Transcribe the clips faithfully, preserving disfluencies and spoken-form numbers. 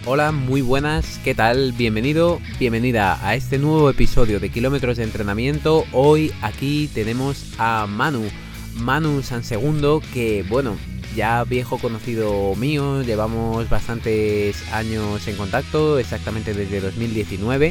Hola, muy buenas, ¿qué tal? Bienvenido, bienvenida a este nuevo episodio de Kilómetros de Entrenamiento. Hoy aquí tenemos a Manu, Manu Sansegundo, que bueno, ya viejo conocido mío, llevamos bastantes años en contacto, exactamente desde dos mil diecinueve,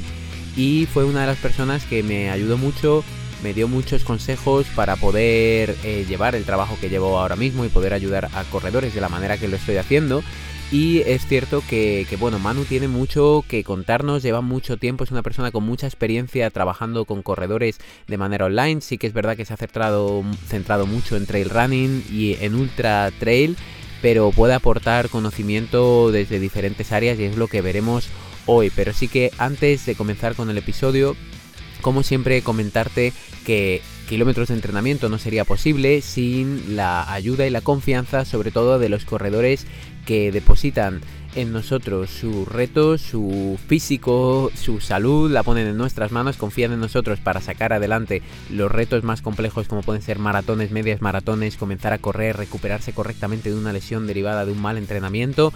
y fue una de las personas que me ayudó mucho, me dio muchos consejos para poder eh, llevar el trabajo que llevo ahora mismo y poder ayudar a corredores de la manera que lo estoy haciendo. Y es cierto que, que, bueno, Manu tiene mucho que contarnos, lleva mucho tiempo, es una persona con mucha experiencia trabajando con corredores de manera online. Sí que es verdad que se ha centrado, centrado mucho en trail running y en ultra trail, pero puede aportar conocimiento desde diferentes áreas y es lo que veremos hoy. Pero sí que antes de comenzar con el episodio, como siempre, comentarte que Kilómetros de Entrenamiento no sería posible sin la ayuda y la confianza, sobre todo de los corredores que depositan en nosotros sus retos, su físico, su salud, la ponen en nuestras manos, confían en nosotros para sacar adelante los retos más complejos como pueden ser maratones, medias maratones, comenzar a correr, recuperarse correctamente de una lesión derivada de un mal entrenamiento.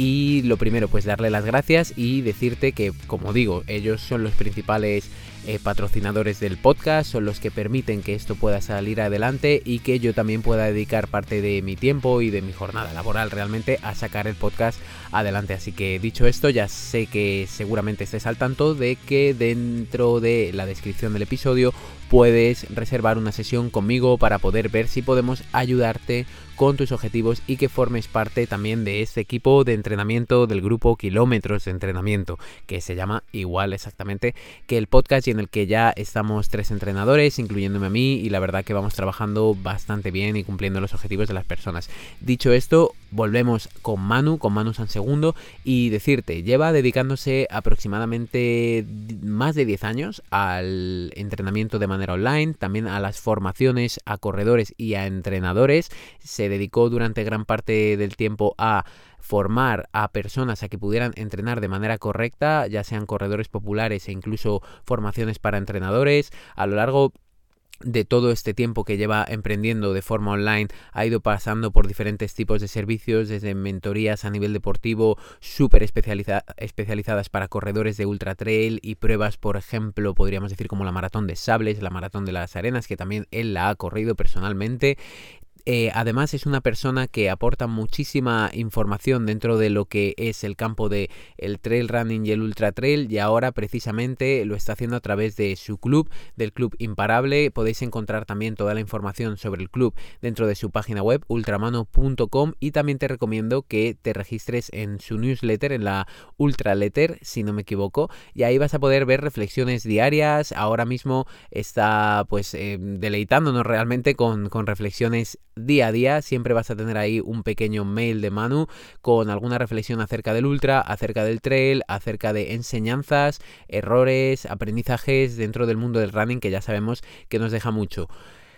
Y lo primero, pues darle las gracias y decirte que, como digo, ellos son los principales eh, patrocinadores del podcast, son los que permiten que esto pueda salir adelante y que yo también pueda dedicar parte de mi tiempo y de mi jornada laboral realmente a sacar el podcast adelante. Así que dicho esto, ya sé que seguramente estés al tanto de que dentro de la descripción del episodio puedes reservar una sesión conmigo para poder ver si podemos ayudarte con tus objetivos y que formes parte también de este equipo de entrenamiento del grupo Kilómetros de Entrenamiento, que se llama igual exactamente que el podcast y en el que ya estamos tres entrenadores, incluyéndome a mí, y la verdad que vamos trabajando bastante bien y cumpliendo los objetivos de las personas. Dicho esto, volvemos con Manu, con Manu Sansegundo, y decirte, lleva dedicándose aproximadamente más de diez años al entrenamiento de manera online, también a las formaciones a corredores y a entrenadores. Se dedicó durante gran parte del tiempo a formar a personas a que pudieran entrenar de manera correcta, ya sean corredores populares e incluso formaciones para entrenadores. A lo largo de todo este tiempo que lleva emprendiendo de forma online, ha ido pasando por diferentes tipos de servicios, desde mentorías a nivel deportivo súper especializa- especializadas para corredores de ultra trail y pruebas, por ejemplo, podríamos decir como la maratón de Sables, la maratón de las Arenas, que también él la ha corrido personalmente. Eh, además es una persona que aporta muchísima información dentro de lo que es el campo de el trail running y el ultra trail, y ahora precisamente lo está haciendo a través de su club, del Club Imparable. Podéis encontrar también toda la información sobre el club dentro de su página web ultramano punto com, y también te recomiendo que te registres en su newsletter, en la Ultraletter, si no me equivoco, y ahí vas a poder ver reflexiones diarias. Ahora mismo está pues eh, deleitándonos realmente con, con reflexiones día a día. Siempre vas a tener ahí un pequeño mail de Manu con alguna reflexión acerca del ultra, acerca del trail, acerca de enseñanzas, errores, aprendizajes dentro del mundo del running, que ya sabemos que nos deja mucho.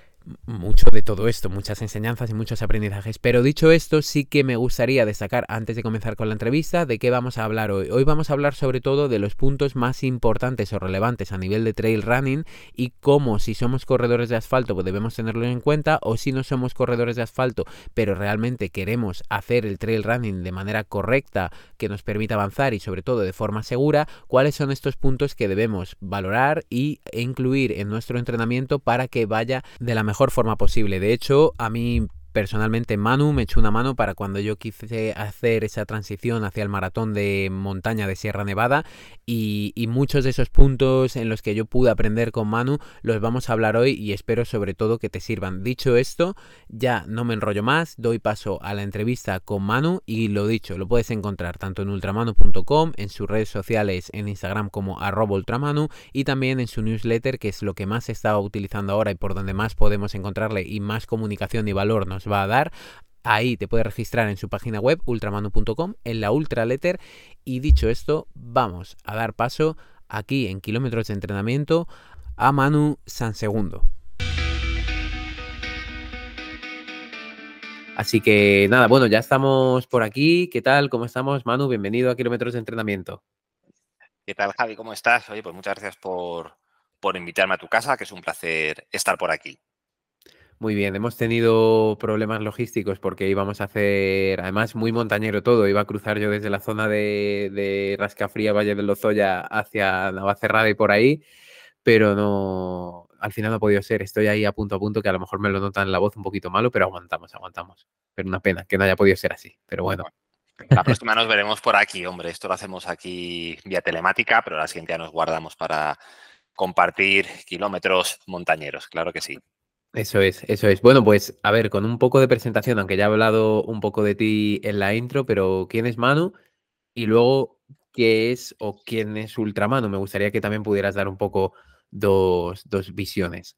Mucho de todo esto, muchas enseñanzas y muchos aprendizajes. Pero dicho esto, sí que me gustaría destacar, antes de comenzar con la entrevista, de qué vamos a hablar hoy. Hoy vamos a hablar sobre todo de los puntos más importantes o relevantes a nivel de trail running y cómo, si somos corredores de asfalto, pues debemos tenerlo en cuenta, o si no somos corredores de asfalto pero realmente queremos hacer el trail running de manera correcta, que nos permita avanzar y sobre todo de forma segura, cuáles son estos puntos que debemos valorar y incluir en nuestro entrenamiento para que vaya de la mejor forma posible. De hecho, a mí personalmente Manu me echó una mano para cuando yo quise hacer esa transición hacia el maratón de montaña de Sierra Nevada, y, y muchos de esos puntos en los que yo pude aprender con Manu los vamos a hablar hoy y espero sobre todo que te sirvan. Dicho esto, ya no me enrollo más, doy paso a la entrevista con Manu, y lo dicho, lo puedes encontrar tanto en ultramano punto com, en sus redes sociales, en Instagram como arroba ultramanu, y también en su newsletter, que es lo que más se está utilizando ahora y por donde más podemos encontrarle y más comunicación y valor nos va a dar. Ahí te puedes registrar en su página web ultramano punto com, en la Ultraletter. Y dicho esto, vamos a dar paso aquí en Kilómetros de Entrenamiento a Manu Sansegundo. Así que nada, bueno, ya estamos por aquí. ¿Qué tal? ¿Cómo estamos, Manu? Bienvenido a Kilómetros de Entrenamiento. ¿Qué tal, Javi? ¿Cómo estás? Oye, pues muchas gracias por, por invitarme a tu casa, que es un placer estar por aquí. Muy bien, hemos tenido problemas logísticos porque íbamos a hacer, además muy montañero todo, iba a cruzar yo desde la zona de, de Rascafría, Valle del Lozoya hacia Navacerrada y por ahí, pero no, al final no ha podido ser. Estoy ahí a punto a punto, que a lo mejor me lo notan la voz un poquito malo, pero aguantamos, aguantamos. Pero una pena que no haya podido ser así, pero bueno. Bueno, la próxima nos veremos por aquí, hombre. Esto lo hacemos aquí vía telemática, pero la siguiente ya nos guardamos para compartir kilómetros montañeros, claro que sí. Eso es, eso es. Bueno, pues a ver, con un poco de presentación, aunque ya he hablado un poco de ti en la intro, pero ¿quién es Manu? Y luego, ¿qué es o quién es Ultramano? Me gustaría que también pudieras dar un poco dos, dos visiones.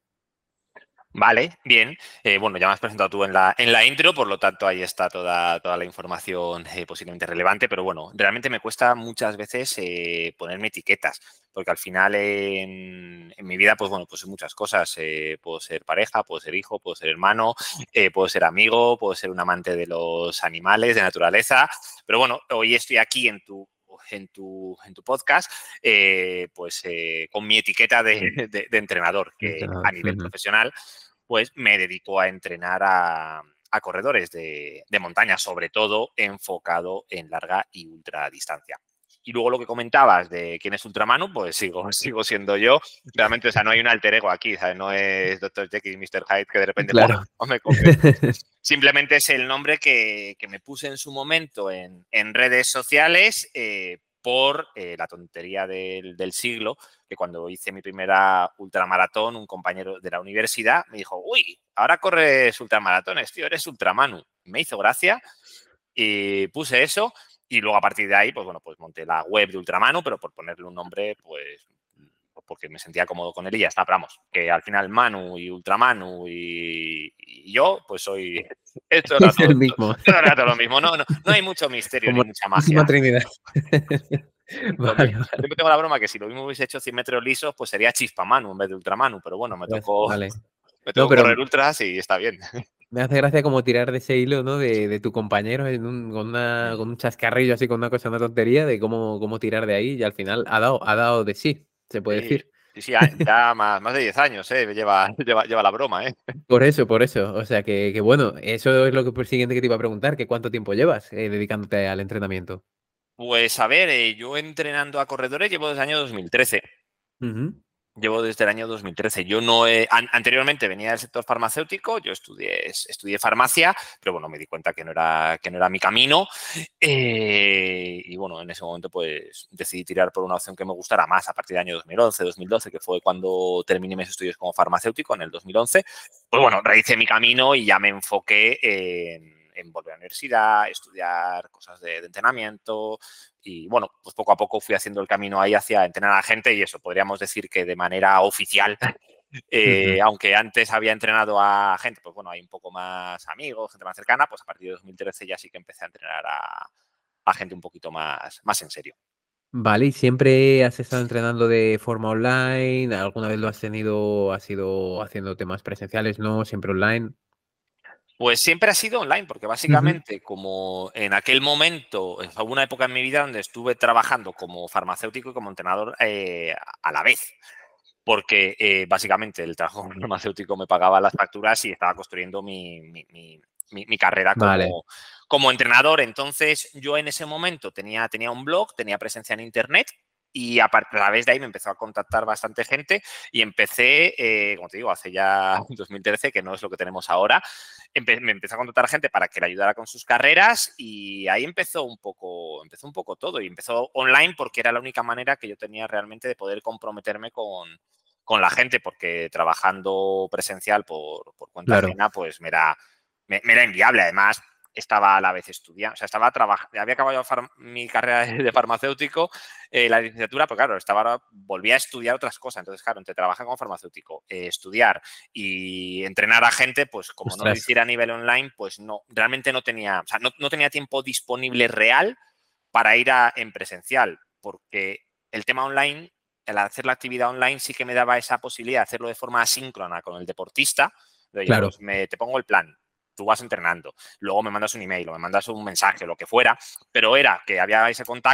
Vale, bien. Eh, bueno, ya me has presentado tú en la, en la intro, por lo tanto ahí está toda, toda la información eh, posiblemente relevante, pero bueno, realmente me cuesta muchas veces eh, ponerme etiquetas, porque al final en, en mi vida, pues bueno, pues hay muchas cosas. Eh, puedo ser pareja, puedo ser hijo, puedo ser hermano, eh, puedo ser amigo, puedo ser un amante de los animales, de naturaleza, pero bueno, hoy estoy aquí en tu en tu, en tu podcast, eh, pues eh, con mi etiqueta de, de, de entrenador, que Entrenador. a nivel Ujú. profesional pues me dedico a entrenar a, a corredores de, de montaña, sobre todo enfocado en larga y ultra distancia. Y luego lo que comentabas de quién es Ultramanu, pues sigo, sigo siendo yo. Realmente, o sea, no hay un alter ego aquí, ¿sabes? No es doctor Jekyll y mister Hyde que de repente ¡buah! Claro. Me convierto. Simplemente es el nombre que, que me puse en su momento en, en redes sociales eh, por eh, la tontería del, del siglo, que cuando hice mi primera ultramaratón, un compañero de la universidad me dijo, uy, ahora corres ultramaratones, tío, eres Ultramanu. Me hizo gracia y puse eso y luego a partir de ahí, pues bueno, pues monté la web de Ultramanu, pero por ponerle un nombre, pues porque me sentía cómodo con él y ya está. Pero vamos, que al final Manu y Ultramanu y, y yo, pues soy esto era Es todo, el mismo. todo era todo lo mismo. No, no, no hay mucho misterio ni Como mucha la Última magia. Trinidad. Lo Vale, mismo. Yo vale. siempre tengo la broma que si lo mismo hubiese hecho cien metros lisos, pues sería Chispa Manu en vez de Ultramanu. Pero bueno, me Ostras, tocó, vale. me No, tocó pero correr ultras y está bien. me hace gracia como tirar de ese hilo, ¿no? De, de tu compañero en un- con, una, con un chascarrillo así, con una cosa, una tontería, de cómo, cómo tirar de ahí y al final ha dado, ha dado de sí, se puede Sí, decir. sí, sí, ya, ya más, más de diez años, ¿eh? Lleva, lleva, lleva la broma, ¿eh? Por eso, por eso. O sea, que, que bueno, eso es lo que por siguiente que te iba a preguntar, que cuánto tiempo llevas eh, dedicándote al entrenamiento. Pues a ver, eh, yo entrenando a corredores llevo desde el año dos mil trece. Ujú. Llevo desde el año dos mil trece. Yo no he, an, anteriormente venía del sector farmacéutico, yo estudié, estudié farmacia, pero bueno, me di cuenta que no era, que no era mi camino. Eh, y bueno, en ese momento pues decidí tirar por una opción que me gustara más a partir del año dos mil once, dos mil doce, que fue cuando terminé mis estudios como farmacéutico en el dos mil once. Pues bueno, realicé mi camino y ya me enfoqué en, en volver a la universidad, estudiar cosas de, de entrenamiento. Y bueno, pues poco a poco fui haciendo el camino ahí hacia entrenar a la gente y eso, podríamos decir que de manera oficial, eh, Ujú. aunque antes había entrenado a gente, pues bueno, hay un poco más amigos, gente más cercana, pues a partir de dos mil trece ya sí que empecé a entrenar a, a gente un poquito más, más en serio. Vale, ¿y siempre has estado entrenando de forma online? ¿Alguna vez lo has tenido, has ido haciendo temas presenciales? No, siempre online. Pues siempre ha sido online, porque Ujú. básicamente como en aquel momento, hubo una época en mi vida donde estuve trabajando como farmacéutico y como entrenador eh, a la vez. Porque eh, básicamente el trabajo farmacéutico me pagaba las facturas y estaba construyendo mi, mi, mi, mi, mi carrera Vale, como, como entrenador. Entonces yo en ese momento tenía, tenía un blog, tenía presencia en internet y a través de ahí me empezó a contactar bastante gente y empecé, eh, como te digo, hace ya dos mil trece, que no es lo que tenemos ahora, empe me empezó a contactar gente para que le ayudara con sus carreras y ahí empezó un poco, empezó un poco todo y empezó online porque era la única manera que yo tenía realmente de poder comprometerme con, con la gente, porque trabajando presencial por, por cuenta claro. ajena, pues me era, me, me era inviable. Además, estaba a la vez estudiando, o sea, estaba trabajando, había acabado mi carrera de farmacéutico, eh, la licenciatura, pero claro, estaba, volvía a estudiar otras cosas. Entonces, claro, entre trabajar como farmacéutico, eh, estudiar y entrenar a gente, pues como no lo Ostras, hiciera a nivel online, pues no, realmente no tenía, o sea, no, no tenía tiempo disponible real para ir a, en presencial, porque el tema online, el hacer la actividad online sí que me daba esa posibilidad de hacerlo de forma asíncrona con el deportista. De, oye, claro. pues me, te pongo el plan, tú vas entrenando, luego me mandas un email o me mandas un mensaje, lo que fuera, pero era que había ese contacto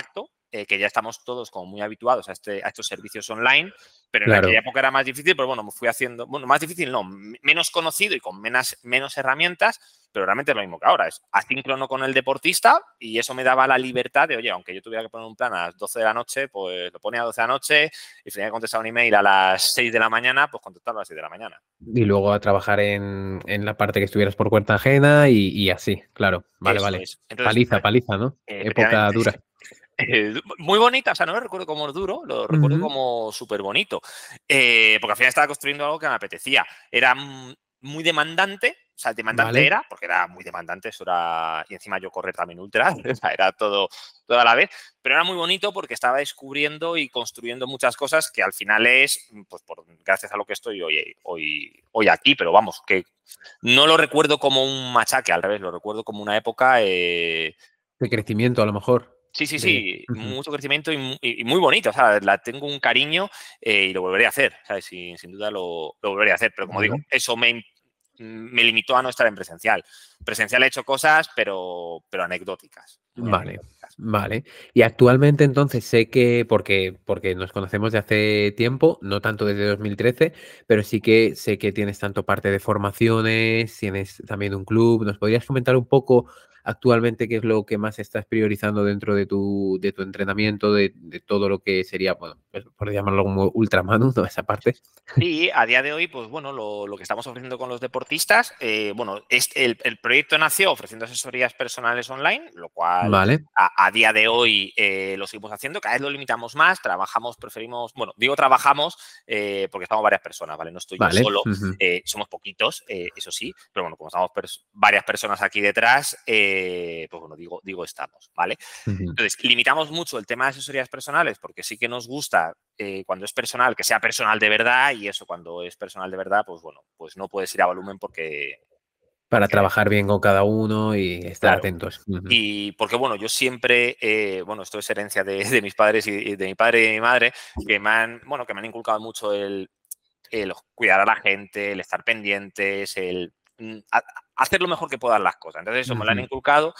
eh, que ya estamos todos como muy habituados a, este, a estos servicios online, pero en Claro. aquella época era más difícil, pero bueno, me fui haciendo, bueno, más difícil no, menos conocido y con menos, menos herramientas, pero realmente es lo mismo que ahora, es asíncrono con el deportista y eso me daba la libertad de, oye, aunque yo tuviera que poner un plan a las doce de la noche, pues lo ponía a doce de la noche y si tenía que contestar un email a las seis de la mañana, pues contestarlo a las seis de la mañana. Y luego a trabajar en, en la parte que estuvieras por cuenta ajena y, y así, claro. Vale, Eso vale. es. Entonces, Paliza, paliza, ¿no? eh, Época efectivamente, dura. Eh, muy bonita, o sea, no lo recuerdo como duro, lo recuerdo Ujú. como súper bonito, eh, porque al final estaba construyendo algo que me apetecía. Era mm, muy demandante, o sea, demandante Vale. era, porque era muy demandante, eso era, y encima yo correr también ultra, o sea, era todo, todo a la vez, pero era muy bonito porque estaba descubriendo y construyendo muchas cosas que al final es, pues, por, gracias a lo que estoy hoy, hoy, hoy aquí, pero vamos, que no lo recuerdo como un machaque, al revés, lo recuerdo como una época... Eh, De crecimiento, a lo mejor. Sí, sí, De... sí, Ujú. mucho crecimiento y, mu- y- y muy bonito, o sea, la tengo un cariño eh, y lo volveré a hacer, ¿sabes? Sin, sin duda lo, lo volveré a hacer, pero como digo, Vale. eso me, im- me limitó a no estar en presencial. Presencial he hecho cosas, pero, pero anecdóticas, muy Vale, anecdóticas. vale. Y actualmente entonces sé que, porque, porque nos conocemos de hace tiempo, no tanto desde dos mil trece, pero sí que sé que tienes tanto parte de formaciones, tienes también un club. ¿Nos podrías comentar un poco actualmente qué es lo que más estás priorizando dentro de tu, de tu entrenamiento, de, de todo lo que sería, bueno, pues, por llamarlo como ultramanu, toda esa parte? Y a día de hoy, pues bueno, lo, lo que estamos ofreciendo con los deportistas, eh, bueno, es, el, el proyecto nació ofreciendo asesorías personales online, lo cual Vale, a, a día de hoy eh, lo seguimos haciendo, cada vez lo limitamos más, trabajamos, preferimos, bueno, digo trabajamos eh, porque estamos varias personas, ¿vale? No estoy yo vale. solo, Ujú, eh, somos poquitos, eh, eso sí, pero bueno, como estamos pers- varias personas aquí detrás, eh, pues bueno, digo, digo estamos, ¿vale? ujú. Entonces, limitamos mucho el tema de asesorías personales porque sí que nos gusta eh, cuando es personal, que sea personal de verdad y eso cuando es personal de verdad, pues bueno, pues no puedes ir a volumen porque, Para porque trabajar bien con cada uno y estar claro, atentos. Ujú. y porque, bueno, yo siempre, eh, bueno, esto es herencia de, de mis padres y y de mi padre y de mi madre, que me han, bueno, que me han inculcado mucho el, el cuidar a la gente, el estar pendientes, el mm, a- hacer lo mejor que puedan las cosas. Entonces, eso me lo han Ujú. inculcado,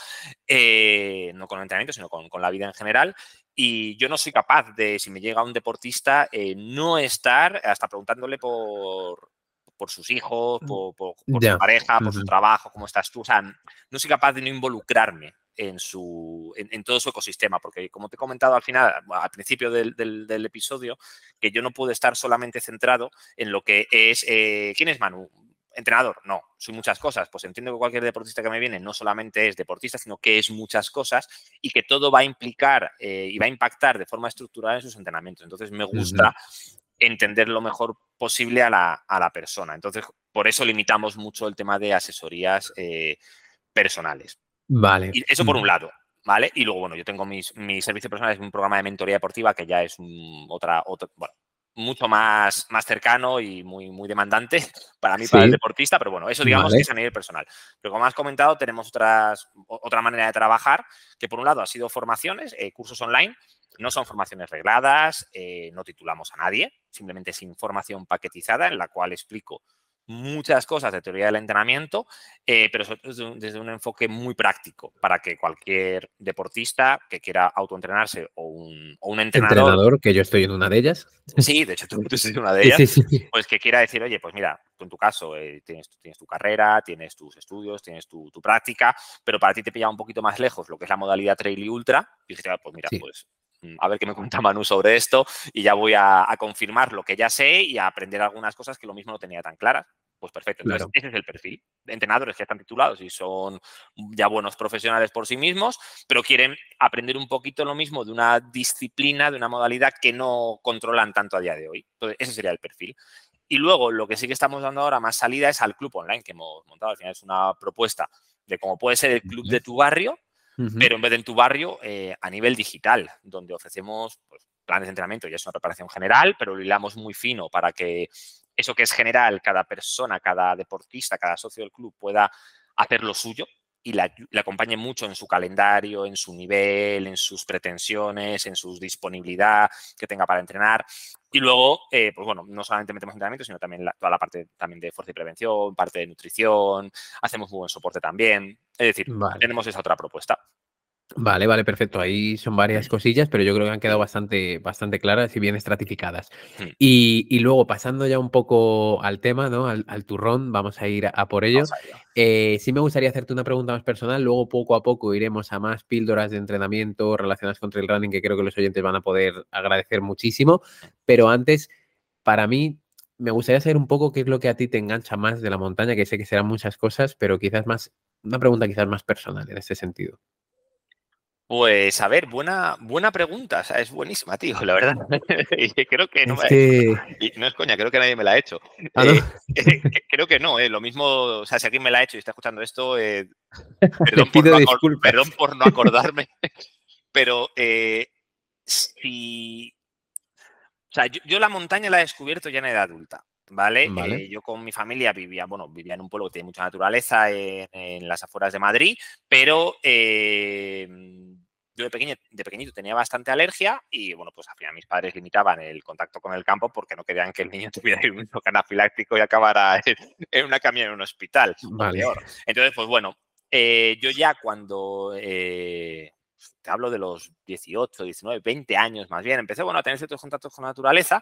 eh, no con el entrenamiento, sino con, con la vida en general. Y yo no soy capaz de, si me llega un deportista, eh, no estar hasta preguntándole por, por sus hijos, por, por- por su Ya. pareja, por su Ujú. trabajo, cómo estás tú. O sea, no soy capaz de no involucrarme en, su, en, en todo su ecosistema, porque como te he comentado al final, al principio del, del- del episodio, que yo no puedo estar solamente centrado en lo que es, eh, ¿quién es Manu? Entrenador, no, soy muchas cosas. Pues entiendo que cualquier deportista que me viene no solamente es deportista, sino que es muchas cosas y que todo va a implicar eh, y va a impactar de forma estructural en sus entrenamientos. Entonces me Ujú. gusta entender lo mejor posible a la, a la persona. Entonces, por eso limitamos mucho el tema de asesorías eh, personales. Vale. Y eso por un Ujú. lado, ¿vale? Y luego, bueno, yo tengo mis, mi servicio personal, es un programa de mentoría deportiva que ya es un, otra, otro, bueno, mucho más, más cercano y muy, muy demandante para mí, para el Sí, deportista, pero bueno, eso digamos que vale. es a nivel personal. Pero como has comentado, tenemos otras, otra manera de trabajar, que por un lado ha sido formaciones, eh, cursos online, no son formaciones regladas, eh, no titulamos a nadie, simplemente es información paquetizada en la cual explico muchas cosas de teoría del entrenamiento, eh, pero sobre todo desde un, desde un enfoque muy práctico para que cualquier deportista que quiera autoentrenarse o un, o un entrenador. Entrenador, que yo estoy en una de ellas. Sí, de hecho, tú, tú eres una de Sí, ellas, sí, sí. pues que quiera decir, oye, pues mira, tú en tu caso eh, tienes, tienes tu carrera, tienes tus estudios, tienes tu, tu práctica, pero para ti te pilla un poquito más lejos lo que es la modalidad trail y ultra, y dices, ah, pues mira, Sí, pues mm, a ver qué me cuenta Manu sobre esto y ya voy a, a confirmar lo que ya sé y a aprender algunas cosas que lo mismo no tenía tan claras. Pues perfecto, entonces claro. ese es el perfil de entrenadores que están titulados y son ya buenos profesionales por sí mismos, pero quieren aprender un poquito lo mismo de una disciplina, de una modalidad que no controlan tanto a día de hoy. Entonces, ese sería el perfil. Y luego, lo que sí que estamos dando ahora más salida es al club online que hemos montado. Al final es una propuesta de cómo puede ser el club Vale. de tu barrio, Ujú. pero en vez de en tu barrio, eh, a nivel digital, donde ofrecemos pues, planes de entrenamiento, ya es una preparación general, pero lo hilamos muy fino para que eso que es general, cada persona, cada deportista, cada socio del club pueda hacer lo suyo y le, le acompañe mucho en su calendario, en su nivel, en sus pretensiones, en su disponibilidad que tenga para entrenar. Y luego, eh, pues bueno, no solamente metemos entrenamiento, sino también la, toda la parte también de fuerza y prevención, parte de nutrición, hacemos muy buen soporte también. Es decir, Vale. tenemos esa otra propuesta. Vale, vale, perfecto. Ahí son varias cosillas, pero yo creo que han quedado bastante, bastante claras y bien estratificadas. Mm, Y, y luego, pasando ya un poco al tema, ¿no? Al, al turrón, vamos a ir a, a por ello. Vamos a ello. Eh, sí me gustaría hacerte una pregunta más personal, luego poco a poco iremos a más píldoras de entrenamiento relacionadas con trail running que creo que los oyentes van a poder agradecer muchísimo. Pero antes, para mí, me gustaría saber un poco qué es lo que a ti te engancha más de la montaña, que sé que serán muchas cosas, pero quizás más, una pregunta quizás más personal en este sentido. Pues a ver, buena, buena pregunta, o sea, es buenísima, tío, la verdad. Y creo que no me Es la ha hecho, que... y no es coña, creo que nadie me la ha hecho. Ah, ¿no? Eh, creo que no, eh, lo mismo, o sea, si alguien me la ha hecho y está escuchando esto, eh, Te perdón por pido no acor- disculpas. perdón por no acordarme, pero eh, si, o sea, yo, yo la montaña la he descubierto ya en edad adulta, ¿vale? Vale. Eh, yo con mi familia vivía, bueno, vivía en un pueblo que tiene mucha naturaleza en, en las afueras de Madrid, pero eh, yo de, pequeño, de pequeñito tenía bastante alergia y, bueno, pues al final mis padres limitaban el contacto con el campo porque no querían que el niño tuviera un shock anafiláctico y acabara en, en una camilla en un hospital, o Vale. peor. Entonces, pues bueno, eh, yo ya cuando... Eh, te hablo de los dieciocho, diecinueve, veinte años más bien, empecé bueno, a tener ciertos contactos con la naturaleza,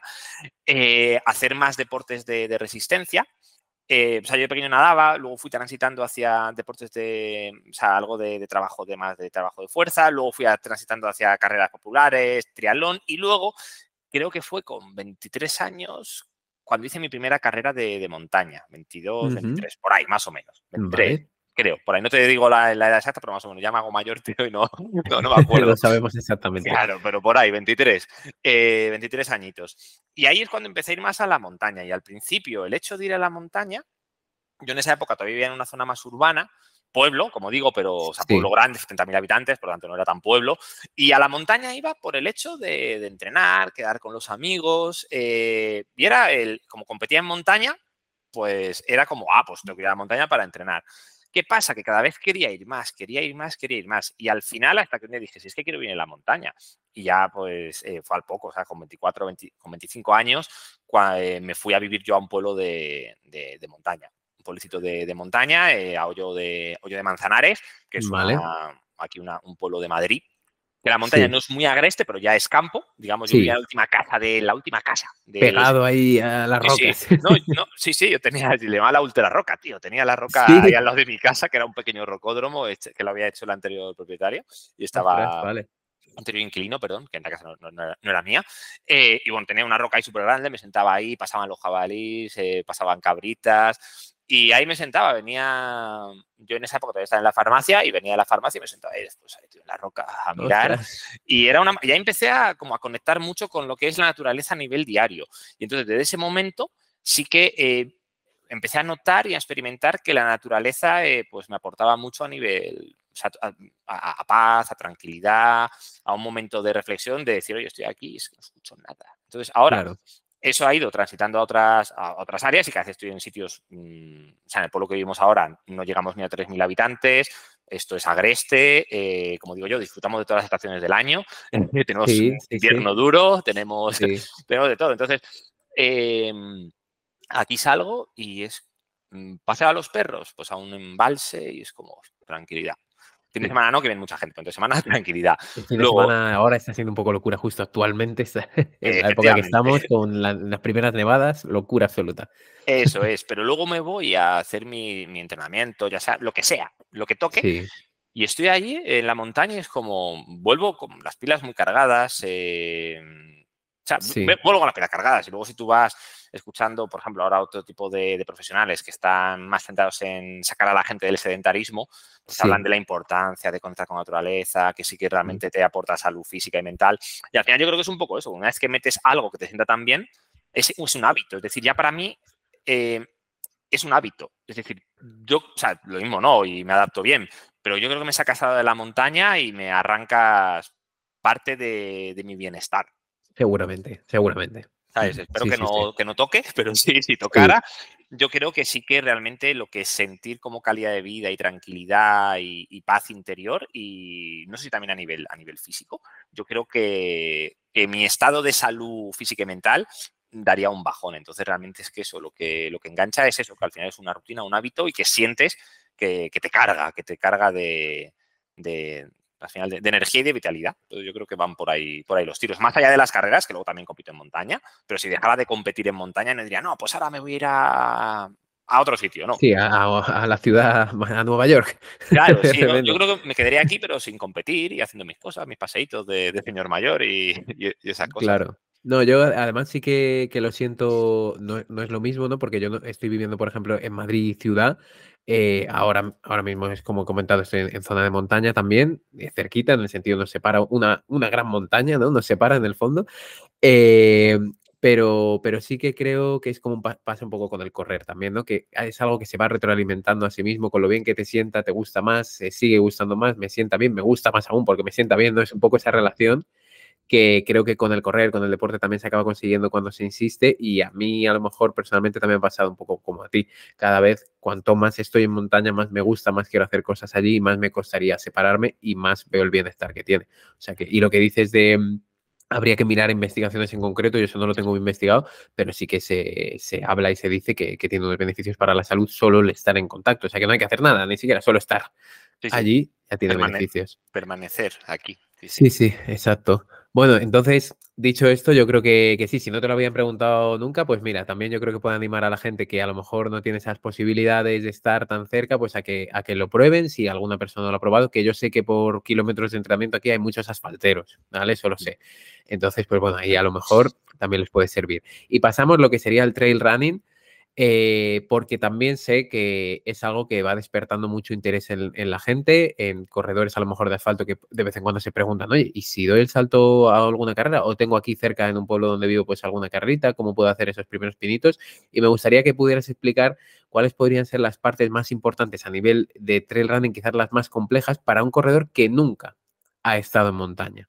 eh, hacer más deportes de, de resistencia. Eh, o sea, yo de pequeño nadaba, luego fui transitando hacia deportes de, o sea, algo de, de trabajo de más de trabajo de fuerza, luego fui a, transitando hacia carreras populares, triatlón y luego creo que fue con veintitrés años cuando hice mi primera carrera de, de montaña, veintidós, Ujú. veintitrés, por ahí más o menos, veintitrés, Vale. creo, por ahí no te digo la, la edad exacta, pero más o menos ya me hago mayor, tío, y no, no, no me acuerdo. Lo sabemos exactamente. Claro, pero por ahí, veintitrés, eh, veintitrés añitos. Y ahí es cuando empecé a ir más a la montaña. Y al principio, el hecho de ir a la montaña, yo en esa época todavía vivía en una zona más urbana, pueblo, como digo, pero, o sea, pueblo Sí. grande, setenta mil habitantes, por lo tanto no era tan pueblo. Y a la montaña iba por el hecho de, de entrenar, quedar con los amigos. Eh, y era el, como competía en montaña, pues era como, ah, pues tengo que ir a la montaña para entrenar. ¿Qué pasa? Que cada vez quería ir más, quería ir más, quería ir más. Y al final, hasta que un día dije, si es que quiero ir a la montaña. Y ya, pues, eh, fue al poco, o sea, con veinticuatro, veinte, con veinticinco años, cua, eh, me fui a vivir yo a un pueblo de, de, de montaña. Un pueblecito de, de montaña, eh, a Hoyo de, Hoyo de Manzanares, que es Vale. una, aquí una, un pueblo de Madrid. Que la montaña Sí. no es muy agreste, pero ya es campo. Digamos, yo vivía en Sí. la última casa de la última casa del, Pegado ahí a las sí, sí. rocas. No, no, sí, sí, yo tenía, le llamaba la ultra roca, tío. Tenía la roca ahí Sí. al lado de mi casa, que era un pequeño rocódromo este, que lo había hecho el anterior propietario y Ostras, estaba vale. anterior inquilino, perdón, que en la casa no, no- no era, no era mía. Eh, y bueno, tenía una roca ahí súper grande, me sentaba ahí, pasaban los jabalíes, eh, pasaban cabritas. Y ahí me sentaba, venía, yo en esa época todavía estaba en la farmacia y venía de la farmacia y me sentaba ahí después ahí, tío, en la roca a mirar. Ostras. Y era una, ya empecé a, como a conectar mucho con lo que es la naturaleza a nivel diario. Y entonces desde ese momento sí que eh, empecé a notar y a experimentar que la naturaleza eh, pues me aportaba mucho a nivel, o sea, a, a, a paz, a tranquilidad, a un momento de reflexión, de decir, oye, estoy aquí y es que no escucho nada. Entonces ahora Claro. eso ha ido transitando a otras, a otras áreas y cada vez estoy en sitios, mmm, o sea, en el pueblo que vivimos ahora no llegamos ni a tres mil habitantes, esto es agreste, eh, como digo yo, disfrutamos de todas las estaciones del año, tenemos Sí, un sí, sí. invierno duro, tenemos, Sí. tenemos de todo. Entonces, eh, aquí salgo y es, mm, pasear a los perros, pues a un embalse y es como tranquilidad. Fin de Sí. semana no, que viene mucha gente, pero entre semana tranquilidad. El fin de Luego, semana ahora está siendo un poco locura justo actualmente, está en eh, la época que efectivamente, estamos, con la- las primeras nevadas, locura absoluta. eso es, pero luego me voy a hacer mi, mi entrenamiento, ya sea lo que sea, lo que toque, Sí, y estoy allí en la montaña y es como, vuelvo con las pilas muy cargadas, eh, o sea, sí, vuelvo con las pilas cargadas y luego si tú vas escuchando, por ejemplo, ahora otro tipo de, de profesionales que están más centrados en sacar a la gente del sedentarismo, pues hablan sí. de la importancia de conectar con la naturaleza, que sí que Mm. realmente te aporta salud física y mental. Y al final yo creo que es un poco eso, una vez que metes algo que te sienta tan bien, es, es un hábito. Es decir, ya para mí eh, es un hábito. Es decir, yo, o sea, lo mismo no, y me adapto bien, pero yo creo que me sacas de la montaña y me arrancas parte de, de mi bienestar. Seguramente, seguramente. ¿Sabes? Mm. Espero Sí, que sí, sí. no, que no toque, pero sí, si Sí, tocara, yo creo que sí que realmente lo que es sentir como calidad de vida y tranquilidad y, y paz interior, y no sé si también a nivel, a nivel físico, yo creo que, que mi estado de salud física y mental daría un bajón. Entonces, realmente es que eso, lo que, lo que engancha es eso, que al final es una rutina, un hábito y que sientes que, que te carga, que te carga de, de, al final de, de energía y de vitalidad. Entonces yo creo que van por ahí, por ahí los tiros. Más allá de las carreras, que luego también compito en montaña, pero si dejara de competir en montaña, no diría, no, pues ahora me voy a ir a, a otro sitio, ¿no? Sí, a, a- a la ciudad, a Nueva York. Claro, De sí, no, yo repente. creo que me quedaría aquí, pero sin competir y haciendo mis cosas, mis paseitos de, de señor mayor y, y- y esas cosas. Claro. No, yo además sí que, que lo siento, no, no es lo mismo, ¿no? Porque yo no, estoy viviendo, por ejemplo, en Madrid ciudad. Eh, ahora, ahora mismo es como he comentado, estoy en, en zona de montaña también, eh, cerquita, en el sentido nos separa una, una gran montaña, ¿no? Nos separa en el fondo. Eh, pero, pero sí que creo que es como un pa- pasa un poco con el correr también, ¿no? Que es algo que se va retroalimentando a sí mismo, con lo bien que te sienta, te gusta más, se sigue gustando más, me sienta bien, me gusta más aún porque me sienta bien, ¿no? Es un poco esa relación que creo que con el correr, con el deporte también se acaba consiguiendo cuando se insiste y a mí a lo mejor personalmente también me ha pasado un poco como a ti. Cada vez cuanto más estoy en montaña, más me gusta, más quiero hacer cosas allí y más me costaría separarme y más veo el bienestar que tiene. O sea que, y lo que dices de... mm, habría que mirar investigaciones en concreto, yo eso no lo tengo investigado, pero sí que se, se habla y se dice que, que tiene unos beneficios para la salud solo el estar en contacto. O sea que no hay que hacer nada, ni siquiera solo estar Sí, sí, allí ya tiene permane- beneficios. permanecer aquí. Sí, sí. Sí, sí, exacto. Bueno, entonces, dicho esto, yo creo que, que sí, si no te lo habían preguntado nunca, pues mira, también yo creo que puede animar a la gente que a lo mejor no tiene esas posibilidades de estar tan cerca, pues a que, a que lo prueben, si alguna persona lo ha probado, que yo sé que por kilómetros de entrenamiento aquí hay muchos asfalteros, ¿vale? Eso lo sé. Entonces, pues bueno, ahí a lo mejor también les puede servir. Y pasamos lo que sería el trail running, eh, porque también sé que es algo que va despertando mucho interés en, en la gente, en corredores a lo mejor de asfalto que de vez en cuando se preguntan, oye, ¿y si doy el salto a alguna carrera? O tengo aquí cerca en un pueblo donde vivo pues alguna carrerita, ¿cómo puedo hacer esos primeros pinitos? Y me gustaría que pudieras explicar cuáles podrían ser las partes más importantes a nivel de trail running, quizás las más complejas, para un corredor que nunca ha estado en montaña.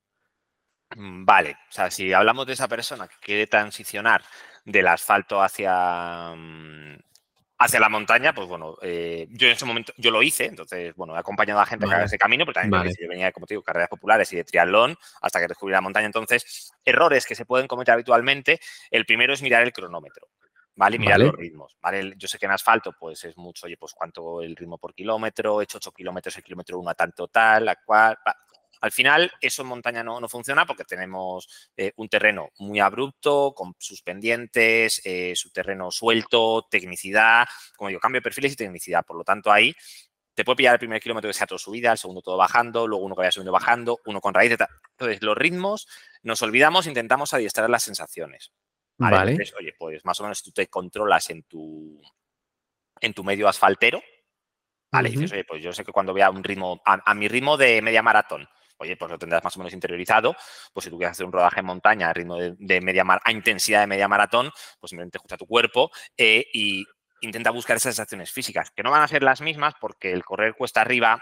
Mm, Vale, o sea, si hablamos de esa persona que quiere transicionar del asfalto hacia, mm, hacia la montaña, pues bueno, eh, yo en ese momento, yo lo hice, entonces, bueno, he acompañado a la gente que haga Vale, ese camino, pero también yo lo vale, hice, yo venía, como te digo, carreras populares y de triatlón hasta que descubrí la montaña. Entonces, errores que se pueden cometer habitualmente, el primero es mirar el cronómetro. ¿Vale? Y mirar los vale, ritmos, ¿vale? Yo sé que en asfalto, pues es mucho, oye, pues cuánto el ritmo por kilómetro, he hecho ocho kilómetros, el kilómetro uno a tanto tal, a cual, va. Al final, eso en montaña no, no funciona porque tenemos eh, un terreno muy abrupto, con sus pendientes, eh, su terreno suelto, tecnicidad, como digo, cambio de perfiles y tecnicidad. Por lo tanto, ahí te puede pillar el primer kilómetro que sea todo subida, el segundo todo bajando, luego uno que vaya subiendo bajando, uno con raíz de tal. Entonces, los ritmos nos olvidamos, intentamos adiestrar las sensaciones. ¿Vale? vale, Entonces, oye, pues más o menos tú te controlas en tu, en tu medio asfaltero, ¿vale? Y dices, ujú, oye, pues yo sé que cuando vea un ritmo, a, a mi ritmo de media maratón, oye, pues lo tendrás más o menos interiorizado. Pues si tú quieres hacer un rodaje en montaña a ritmo de, de media mar, a intensidad de media maratón, pues simplemente escucha tu cuerpo eh, y intenta buscar esas sensaciones físicas, que no van a ser las mismas porque el correr cuesta arriba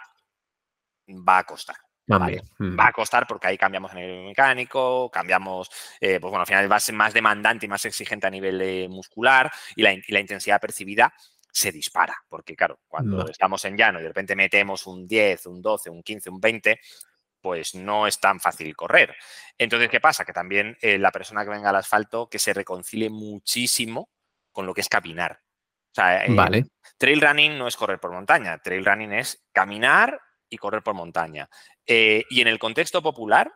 va a costar. ¿Vale? cambia. Va Mm, a costar porque ahí cambiamos en el mecánico, cambiamos, eh, pues bueno, al final va a ser más demandante y más exigente a nivel eh, muscular y la, y la intensidad percibida se dispara. Porque, claro, cuando va- estamos en llano y de repente metemos un diez, un doce, un quince, un veinte, pues no es tan fácil correr. Entonces, ¿qué pasa? Que también eh, la persona que venga al asfalto que se reconcilie muchísimo con lo que es caminar. O sea, eh, Vale, trail running no es correr por montaña, trail running es caminar y correr por montaña. Eh, y en el contexto popular,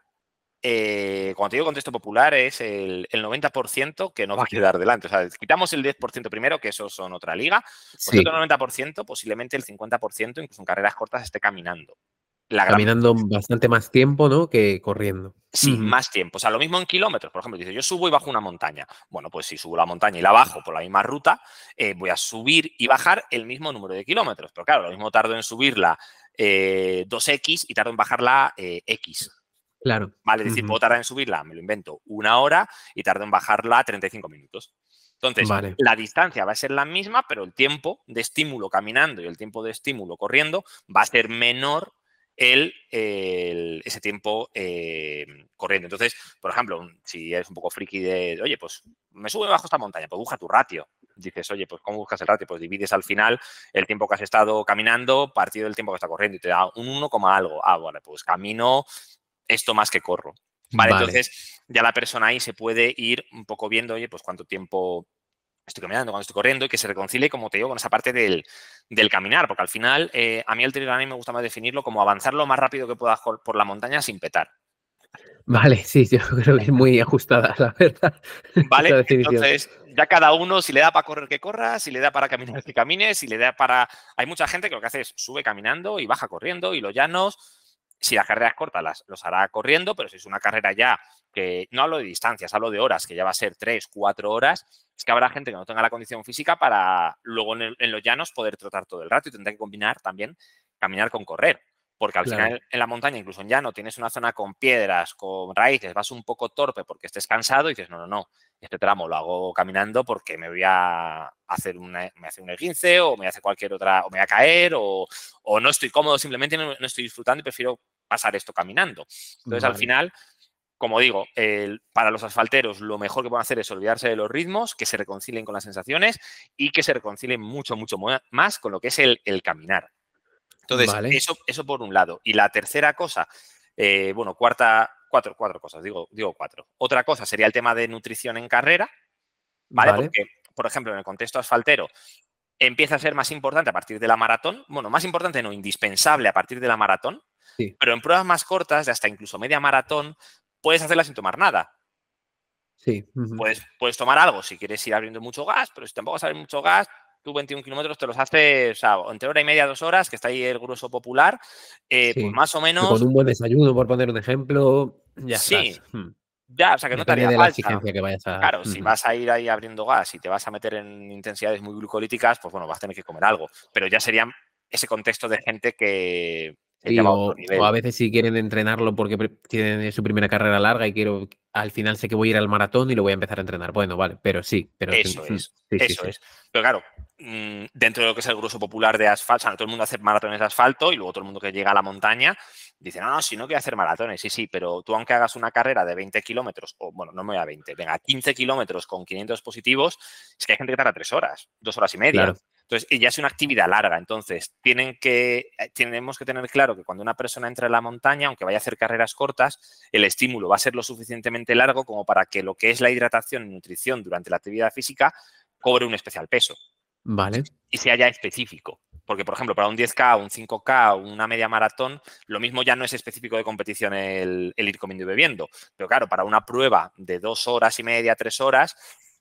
eh, cuando te digo contexto popular, es el, el noventa por ciento que no va a quedar delante. O sea, quitamos el diez por ciento primero, que esos son otra liga, pues el sí. otro noventa por ciento, posiblemente el cincuenta por ciento, incluso en carreras cortas, esté caminando. La gran Caminando bastante más tiempo, ¿no? Que corriendo. Sí, Ujú. más tiempo. O sea, lo mismo en kilómetros. Por ejemplo, dice, yo subo y bajo una montaña. Bueno, pues si subo la montaña y la bajo por la misma ruta, eh, voy a subir y bajar el mismo número de kilómetros. Pero claro, lo mismo tardo en subirla eh, dos equis y tardo en bajarla eh, X. Claro. Vale, es decir, Ujú. puedo tardar en subirla, me lo invento, una hora y tardo en bajarla treinta y cinco minutos. Entonces, Vale, la distancia va a ser la misma, pero el tiempo de estímulo caminando y el tiempo de estímulo corriendo va a ser menor el, el- ese tiempo eh, corriendo. Entonces, por ejemplo, si eres un poco friki de, oye, pues me subo y bajo esta montaña, pues busca tu ratio. Dices, oye, pues ¿cómo buscas el ratio? Pues divides al final el tiempo que has estado caminando partido del tiempo que está corriendo y te da un uno, algo. Ah, bueno, pues camino esto más que corro. Vale, vale. entonces ya la persona ahí se puede ir un poco viendo, oye, pues cuánto tiempo estoy caminando, cuando estoy corriendo, y que se reconcilie, como te digo, con esa parte del, del caminar, porque al final eh, a mí el trail running me gusta más definirlo como avanzar lo más rápido que puedas por la montaña sin petar. Vale, sí, yo creo que es muy ajustada, la verdad, ¿Vale? esa definición. Entonces, ya cada uno, si le da para correr, que corra, si le da para caminar, que camine, si le da para... Hay mucha gente que lo que hace es sube caminando y baja corriendo, y los llanos, si la carrera es corta, las, los hará corriendo, pero si es una carrera ya que, no hablo de distancias, hablo de horas, que ya va a ser tres, cuatro horas, es que habrá gente que no tenga la condición física para luego en, el, en los llanos poder trotar todo el rato, y tendrá que combinar también caminar con correr. Porque al claro. final en la montaña, incluso en llano, tienes una zona con piedras, con raíces, vas un poco torpe porque estés cansado y dices, no, no, no, este tramo lo hago caminando porque me voy a hacer una, me hace un esguince o me hace cualquier otra, o me voy a caer o, o no estoy cómodo, simplemente no, no estoy disfrutando y prefiero pasar esto caminando. Entonces, vale. al final, como digo, el, para los asfalteros lo mejor que pueden hacer es olvidarse de los ritmos, que se reconcilien con las sensaciones y que se reconcilien mucho, mucho más con lo que es el, el caminar. Entonces, vale. eso, eso por un lado. Y la tercera cosa, eh, bueno, cuarta, cuatro, cuatro cosas, digo, digo cuatro. Otra cosa sería el tema de nutrición en carrera, ¿vale? vale. Porque, por ejemplo, en el contexto asfaltero, empieza a ser más importante a partir de la maratón. Bueno, más importante no, indispensable a partir de la maratón. Sí. Pero en pruebas más cortas, de hasta incluso media maratón, puedes hacerla sin tomar nada. Sí. Uh-huh. puedes, puedes tomar algo si quieres ir abriendo mucho gas, pero si tampoco sabes mucho gas, tú veintiún kilómetros te los haces, o sea, entre hora y media, dos horas, que está ahí el grueso popular, eh, sí. pues más o menos... Y con un buen desayuno, por poner un ejemplo, ya sí, estás. Hmm. Ya, o sea, que Depende no te haría de falta. La exigencia que vayas a... Claro, uh-huh. si vas a ir ahí abriendo gas y te vas a meter en intensidades muy glucolíticas, pues bueno, vas a tener que comer algo. Pero ya sería ese contexto de gente que... Sí, o, o a veces si quieren entrenarlo porque tienen su primera carrera larga y quiero, al final sé que voy a ir al maratón y lo voy a empezar a entrenar. Bueno, vale, pero sí. Pero eso sí, es, sí, eso sí, es. Sí. Pero claro, dentro de lo que es el grueso popular de asfalto, o sea, no todo el mundo hace maratones de asfalto y luego todo el mundo que llega a la montaña dice, no, no, si no quiero hacer maratones. Sí, sí, pero tú aunque hagas una carrera de veinte kilómetros, o bueno, no me voy a veinte, venga, quince kilómetros con quinientos positivos, es que hay gente que tarda tres horas, dos horas y media. Claro. Entonces, ya es una actividad larga. Entonces, tienen que, tenemos que tener claro que cuando una persona entra en la montaña, aunque vaya a hacer carreras cortas, el estímulo va a ser lo suficientemente largo como para que lo que es la hidratación y nutrición durante la actividad física cobre un especial peso. Vale. Y sea ya específico. Porque, por ejemplo, para un diez K, un cinco K, una media maratón, lo mismo ya no es específico de competición el, el ir comiendo y bebiendo. Pero claro, para una prueba de dos horas y media, tres horas,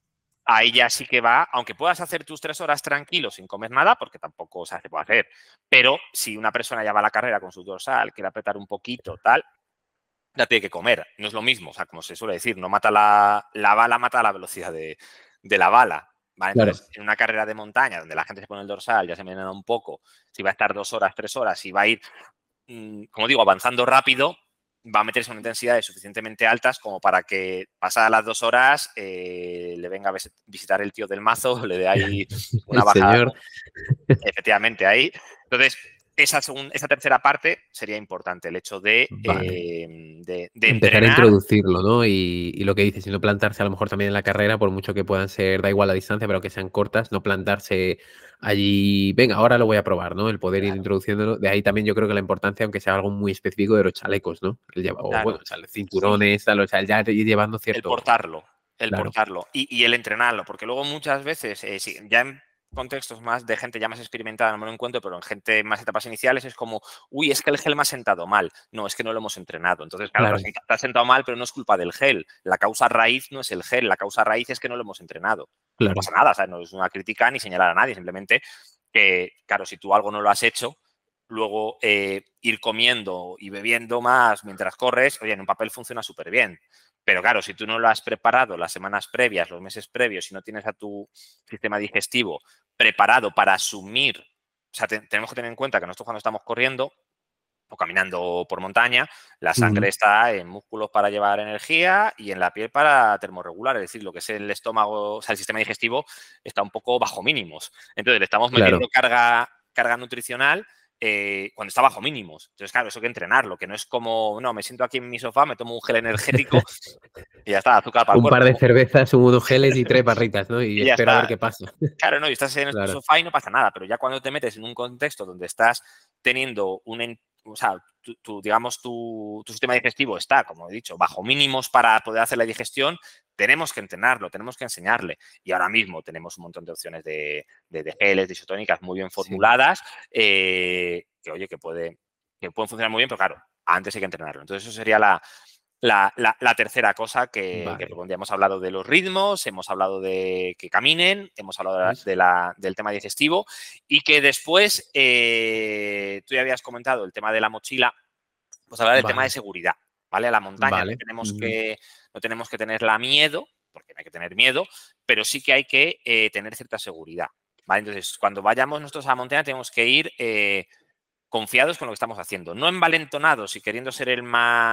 ahí ya sí que va, aunque puedas hacer tus tres horas tranquilo sin comer nada, porque tampoco o sea, se puede hacer, pero si una persona ya va a la carrera con su dorsal, quiere apretar un poquito, tal, ya tiene que comer. No es lo mismo, o sea, como se suele decir, no mata la, la bala, mata la velocidad de, de la bala. ¿Vale? Entonces, claro. En una carrera de montaña donde la gente se pone el dorsal, ya se envenena un poco, si va a estar dos horas, tres horas, si va a ir, mmm, como digo, avanzando rápido, va a meterse en intensidades suficientemente altas como para que pasadas las dos horas eh, le venga a visitar el tío del mazo, le dé ahí una bajada. Señor. Efectivamente, ahí. Entonces, esa, segunda, esa tercera parte sería importante, el hecho de, vale. eh, de, de empezar entrenar. a introducirlo, ¿no? Y, y lo que dices, y no plantarse a lo mejor también en la carrera, por mucho que puedan ser, da igual la distancia, pero que sean cortas, no plantarse allí, venga, ahora lo voy a probar, ¿no? El poder claro. ir introduciéndolo. De ahí también yo creo que la importancia, aunque sea algo muy específico, de los chalecos, ¿no? El lleva, o claro. bueno, o sea, los cinturones, sí. tal, o sea, el ya ir llevando cierto... El portarlo, el claro. portarlo y, y el entrenarlo, porque luego muchas veces, eh, si, ya en contextos más de gente ya más experimentada, no me lo encuentro, pero en gente más etapas iniciales es como, uy, es que el gel me ha sentado mal. No, es que no lo hemos entrenado. Entonces, claro, claro. te ha sentado mal, pero no es culpa del gel. La causa raíz no es el gel, la causa raíz es que no lo hemos entrenado. Claro. No pasa nada, ¿sabes? No es una crítica ni señalar a nadie, simplemente que, claro, si tú algo no lo has hecho, luego eh, ir comiendo y bebiendo más mientras corres, oye, en un papel funciona súper bien. Pero claro, si tú no lo has preparado las semanas previas, los meses previos, si no tienes a tu sistema digestivo preparado para asumir, o sea, te, tenemos que tener en cuenta que nosotros cuando estamos corriendo o caminando por montaña, la sangre uh-huh. está en músculos para llevar energía y en la piel para termorregular, es decir, lo que es el estómago, o sea, el sistema digestivo está un poco bajo mínimos. Entonces, le estamos metiendo claro. carga, carga nutricional Eh, cuando está bajo mínimos. Entonces, claro, eso hay que entrenarlo, que no es como, no, me siento aquí en mi sofá, me tomo un gel energético y ya está, azúcar para el un cuerpo. Un par de cervezas, unos geles y tres barritas, ¿no? Y, y espero a ver qué pasa. Claro, no, y estás en claro. tu sofá y no pasa nada, pero ya cuando te metes en un contexto donde estás teniendo un, o sea, tu, tu, digamos, tu, tu sistema digestivo está, como he dicho, bajo mínimos para poder hacer la digestión, tenemos que entrenarlo, tenemos que enseñarle. Y ahora mismo tenemos un montón de opciones de, de, de geles, de isotónicas muy bien Sí. formuladas, eh, que oye, que, puede, que pueden funcionar muy bien, pero claro, antes hay que entrenarlo. Entonces, eso sería la, la, la, la tercera cosa que, que Vale. hemos hablado de los ritmos, hemos hablado de que caminen, hemos hablado de la, Eso. de la, del tema digestivo y que después eh, tú ya habías comentado el tema de la mochila, pues hablar del tema de Vale. seguridad, ¿vale? A la montaña no Vale. tenemos Ujú. que, no tenemos que tenerla miedo, porque no hay que tener miedo, pero sí que hay que eh, tener cierta seguridad, ¿vale? Entonces, cuando vayamos nosotros a la montaña tenemos que ir eh, confiados con lo que estamos haciendo, no envalentonados y queriendo ser el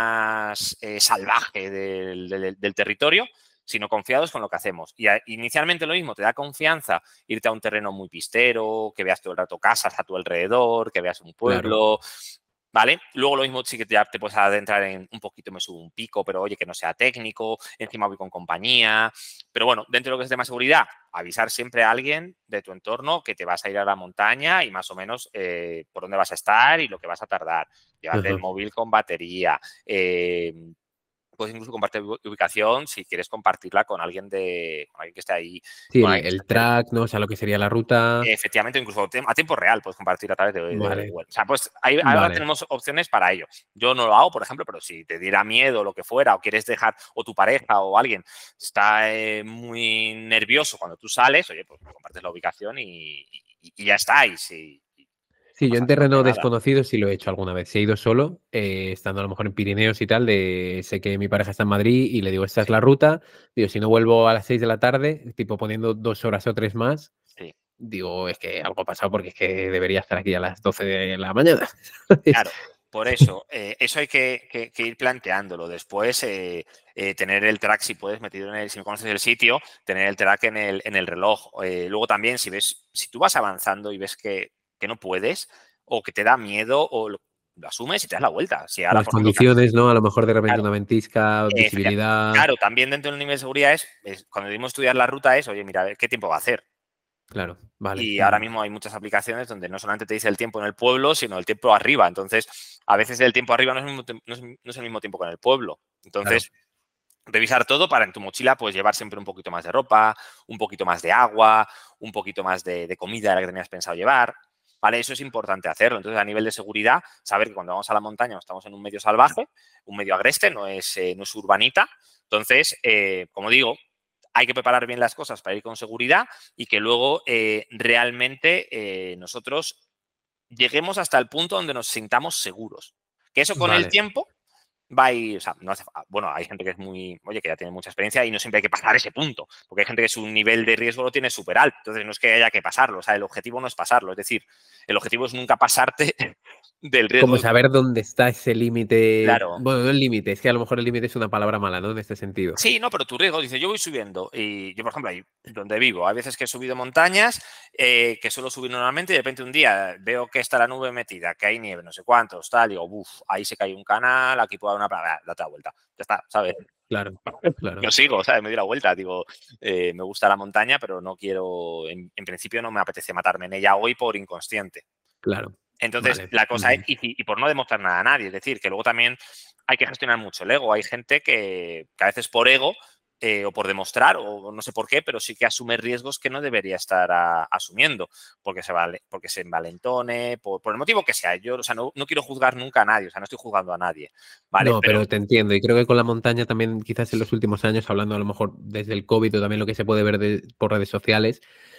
más eh, salvaje del, del, del, territorio, sino confiados con lo que hacemos. Y a, inicialmente lo mismo, te da confianza irte a un terreno muy pistero, que veas todo el rato casas a tu alrededor, que veas un Claro. pueblo, ¿vale? Luego lo mismo sí que ya te puedes adentrar en un poquito, me subo un pico, pero oye, que no sea técnico, encima voy con compañía. Pero bueno, dentro de lo que es tema seguridad, avisar siempre a alguien de tu entorno que te vas a ir a la montaña y más o menos eh, por dónde vas a estar y lo que vas a tardar. Llévate el Ajá. móvil con batería. Eh, puedes incluso compartir ubicación si quieres compartirla con alguien de con alguien que esté ahí, Sí, con el, alguien que esté el cerca. track, ¿no? O sea, lo que sería la ruta. Efectivamente, incluso a tiempo real puedes compartir a través de, de Vale. Google. O sea, pues ahí, ahora Vale. tenemos opciones para ello. Yo no lo hago, por ejemplo, pero si te diera miedo o lo que fuera, o quieres dejar, o tu pareja o alguien está eh, muy nervioso cuando tú sales, oye, pues compartes la ubicación y, y, y ya estáis. Y, y no Sí, yo pasa en absolutamente terreno nada. desconocido sí lo he hecho alguna vez. Sí he ido solo, eh, estando a lo mejor en Pirineos y tal, de sé que mi pareja está en Madrid y le digo, esta es Sí, la ruta. Digo, si no vuelvo a las seis de la tarde, tipo poniendo dos horas o tres más, sí. digo, es que algo ha pasado porque es que debería estar aquí a las doce de la mañana. ¿Sabes? Claro, por eso, eh, eso hay que, que, que, ir planteándolo. Después, eh, eh, tener el track, si puedes, metido en el, si no conoces el sitio, tener el track en el, en el reloj. Eh, luego también, si ves, si tú vas avanzando y ves que, que no puedes, o que te da miedo, o lo, lo asumes y te das la vuelta. Si ahora, Las por ejemplo, condiciones, ¿no? A lo mejor de repente claro, una ventisca, eh, visibilidad. claro, también dentro del nivel de seguridad es, es cuando dimos a estudiar la ruta es, oye, mira, a ver qué tiempo va a hacer. Claro, vale. Y ahora Ujú. mismo hay muchas aplicaciones donde no solamente te dice el tiempo en el pueblo, sino el tiempo arriba. Entonces, a veces el tiempo arriba no es el mismo, no es, no es el mismo tiempo que en el pueblo. Claro, Entonces, revisar todo para en tu mochila pues llevar siempre un poquito más de ropa, un poquito más de agua, un poquito más de, de comida de la que tenías pensado llevar. ¿Vale? Eso es importante hacerlo. Entonces, a nivel de seguridad, saber que cuando vamos a la montaña estamos en un medio salvaje, un medio agreste, no es, eh, no es urbanita. Entonces, eh, como digo, hay que preparar bien las cosas para ir con seguridad y que luego eh, realmente eh, nosotros lleguemos hasta el punto donde nos sintamos seguros. Que eso con el vale, tiempo va a ir, o sea, no hace, bueno, hay gente que es muy, oye, que ya tiene mucha experiencia y no siempre hay que pasar ese punto, porque hay gente que su nivel de riesgo lo tiene súper alto, entonces no es que haya que pasarlo, o sea, el objetivo no es pasarlo, es decir, el objetivo es nunca pasarte del como riesgo. saber dónde está ese límite. Claro. Bueno, no el límite, es que a lo mejor el límite es una palabra mala, ¿no? En este sentido. Sí, no, pero tu riesgo, dice, yo voy subiendo y yo, por ejemplo, ahí donde vivo, hay veces que he subido montañas, eh, que suelo subir normalmente y de repente un día veo que está la nube metida, que hay nieve, no sé cuántos, tal, digo, uff, ahí se cae un canal, aquí puedo dar una parada, date la vuelta, ya está, ¿sabes? Claro, claro, Yo sigo, ¿sabes? Me doy la vuelta, digo, eh, me gusta la montaña, pero no quiero, en, en principio no me apetece matarme en ella hoy por inconsciente. claro. Entonces, Vale. la cosa es, Ujú. y, y por no demostrar nada a nadie, es decir, que luego también hay que gestionar mucho el ego. Hay gente que, que a veces por ego eh, o por demostrar, o no sé por qué, pero sí que asume riesgos que no debería estar a, asumiendo, porque se, vale, porque se envalentone, por, por el motivo que sea. Yo, o sea, no, no quiero juzgar nunca a nadie, o sea, no estoy juzgando a nadie, ¿vale? No, Pero, pero te entiendo. Y creo que con la montaña también, quizás en los últimos años, hablando a lo mejor desde el COVID o también lo que se puede ver de- por redes sociales,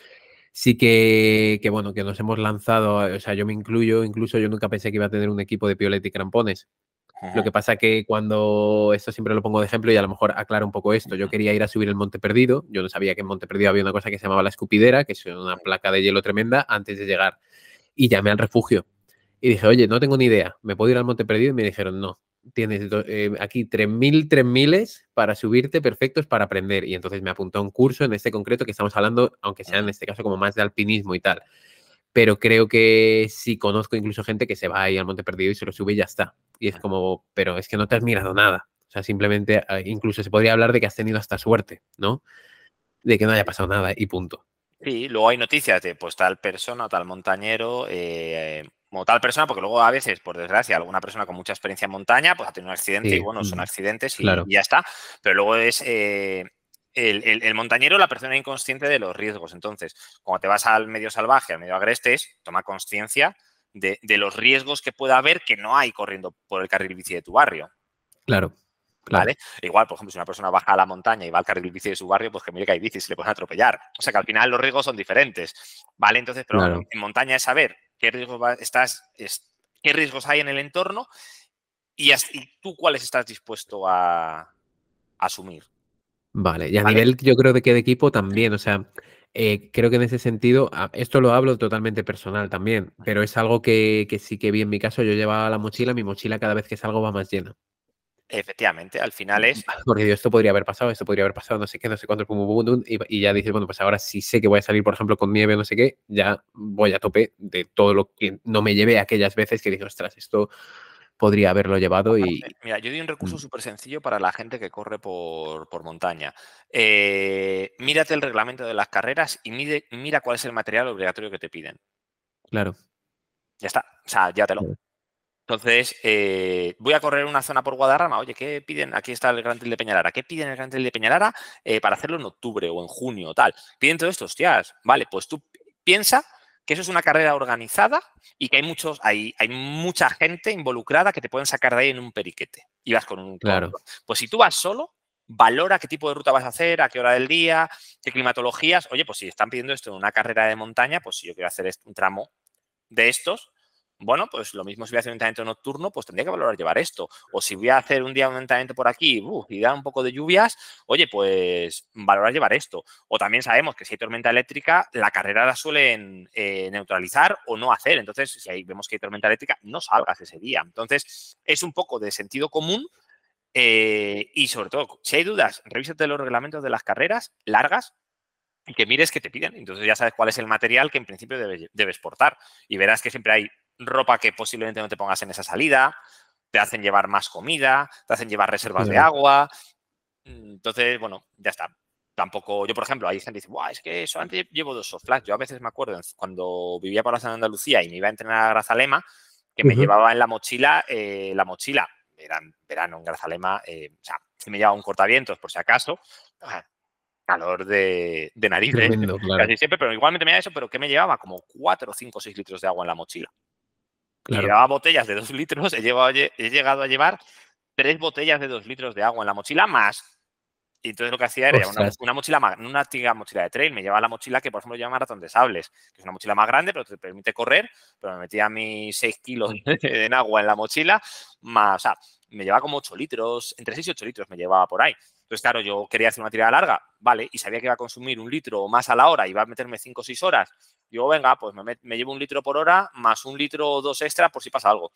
sí que, que, bueno, que nos hemos lanzado, o sea, yo me incluyo, incluso yo nunca pensé que iba a tener un equipo de piolet y crampones. Lo uh-huh, que pasa que cuando, esto siempre lo pongo de ejemplo y a lo mejor aclaro un poco esto, yo quería ir a subir el Monte Perdido, yo no sabía que en Monte Perdido había una cosa que se llamaba la escupidera, que es una placa de hielo tremenda, antes de llegar. Y llamé al refugio y dije, oye, no tengo ni idea, ¿me puedo ir al Monte Perdido? Y me dijeron, no, tienes do- eh, aquí tres mil, tres miles para subirte perfectos para aprender. Y entonces me apuntó a un curso en este concreto que estamos hablando, aunque sea en uh-huh. este caso como más de alpinismo y tal. Pero creo que sí conozco incluso gente que se va ahí al Monte Perdido y se lo sube y ya está. Y es como, pero es que no te has mirado nada. O sea, simplemente, eh, incluso se podría hablar de que has tenido hasta suerte, ¿no? De que no haya pasado nada y punto. Sí, luego hay noticias de pues tal persona, tal montañero, eh, como tal persona, porque luego a veces, por desgracia, alguna persona con mucha experiencia en montaña, pues ha tenido un accidente y Sí, bueno, son mm, accidentes y, claro, y ya está. Pero luego es eh, el, el- el montañero, la persona inconsciente de los riesgos. Entonces, cuando te vas al medio salvaje, al medio agreste, es toma conciencia de, de los riesgos que pueda haber que no hay corriendo por el carril bici de tu barrio. claro, claro, ¿Vale? Igual, por ejemplo, si una persona baja a la montaña y va al carril bici de su barrio, pues que mire que hay bicis, se le pueden atropellar. O sea que al final los riesgos son diferentes, ¿vale? Entonces, pero bueno, en, claro. en montaña es saber qué riesgos va- estás, es- qué riesgos hay en el entorno y, as- y tú cuáles estás dispuesto a, a asumir, Vale, y a ¿vale? nivel yo creo de que de equipo también, o sea, eh, creo que en ese sentido, ah, esto lo hablo totalmente personal también, pero es algo que, que sí que vi en mi caso, yo llevaba la mochila, mi mochila cada vez que salgo va más llena. Efectivamente, al final Mm, es Porque digo, esto podría haber pasado, esto podría haber pasado, no sé qué, no sé cuánto, pum, pum, pum, pum, y, y ya dices, bueno, pues ahora sí sé que voy a salir, por ejemplo, con nieve o no sé qué, ya voy a tope de todo lo que no me llevé aquellas veces que dije, ostras, esto podría haberlo llevado aparte, y... mira, yo doy un recurso mm, súper sencillo para la gente que corre por, por montaña. Eh, mírate el reglamento de las carreras y mide- mira cuál es el material obligatorio que te piden. Claro, Ya está, o sea, ya te lo. claro, Entonces, eh, voy a correr una zona por Guadarrama. Oye, ¿qué piden? Aquí está el Gran Trail de Peñalara. ¿Qué piden en el Gran Trail de Peñalara eh, para hacerlo en octubre o en junio o tal? Piden todo esto, hostias. Vale, pues tú piensa que eso es una carrera organizada y que hay muchos, hay, hay mucha gente involucrada que te pueden sacar de ahí en un periquete. Y vas con un. con- claro, Pues si tú vas solo, valora qué tipo de ruta vas a hacer, a qué hora del día, qué climatologías. Oye, pues si están pidiendo esto en una carrera de montaña, pues si yo quiero hacer un tramo de estos, bueno, pues lo mismo si voy a hacer un entrenamiento nocturno, pues tendría que valorar llevar esto. O si voy a hacer un día un entrenamiento por aquí uf, y da un poco de lluvias, oye, pues valorar llevar esto. O también sabemos que si hay tormenta eléctrica, la carrera la suelen eh, neutralizar o no hacer. Entonces, si ahí vemos que hay tormenta eléctrica, no salgas ese día. Entonces, es un poco de sentido común eh, y sobre todo, si hay dudas, revísate los reglamentos de las carreras largas y que mires que te piden. Entonces ya sabes cuál es el material que en principio debes, debes portar. Y verás que siempre hay ropa que posiblemente no te pongas en esa salida, te hacen llevar más comida, te hacen llevar reservas de claro. agua. Entonces, bueno, ya está. Tampoco, yo por ejemplo, hay gente que dice, Buah, es que solamente llevo dos soft flags. Yo a veces me acuerdo cuando vivía por la zona de Andalucía y me iba a entrenar a Grazalema, que me Ujú. llevaba en la mochila, eh, la mochila, era en verano en Grazalema, eh, o sea, si me llevaba un cortavientos por si acaso, calor de, de narices Tremendo, claro, casi siempre, pero igualmente me da eso, pero ¿qué me llevaba? Como cuatro, cinco, seis litros de agua en la mochila. Y claro. llevaba botellas de dos litros, he, llevado, he llegado a llevar tres botellas de dos litros de agua en la mochila más. Y entonces lo que hacía era una, Ostras, una mochila más, una antigua mochila de trail, me llevaba la mochila que, por ejemplo, lleva Maratón de Sables, que es una mochila más grande, pero te permite correr, pero me metía mis seis kilos en agua en la mochila, más, o sea, me llevaba como ocho litros, entre seis y ocho litros me llevaba por ahí. Entonces, claro, yo quería hacer una tirada larga, ¿vale? Y sabía que iba a consumir un litro o más a la hora y iba a meterme cinco o seis horas. Digo, venga, pues me, met, me llevo un litro por hora más un litro o dos extra por si pasa algo.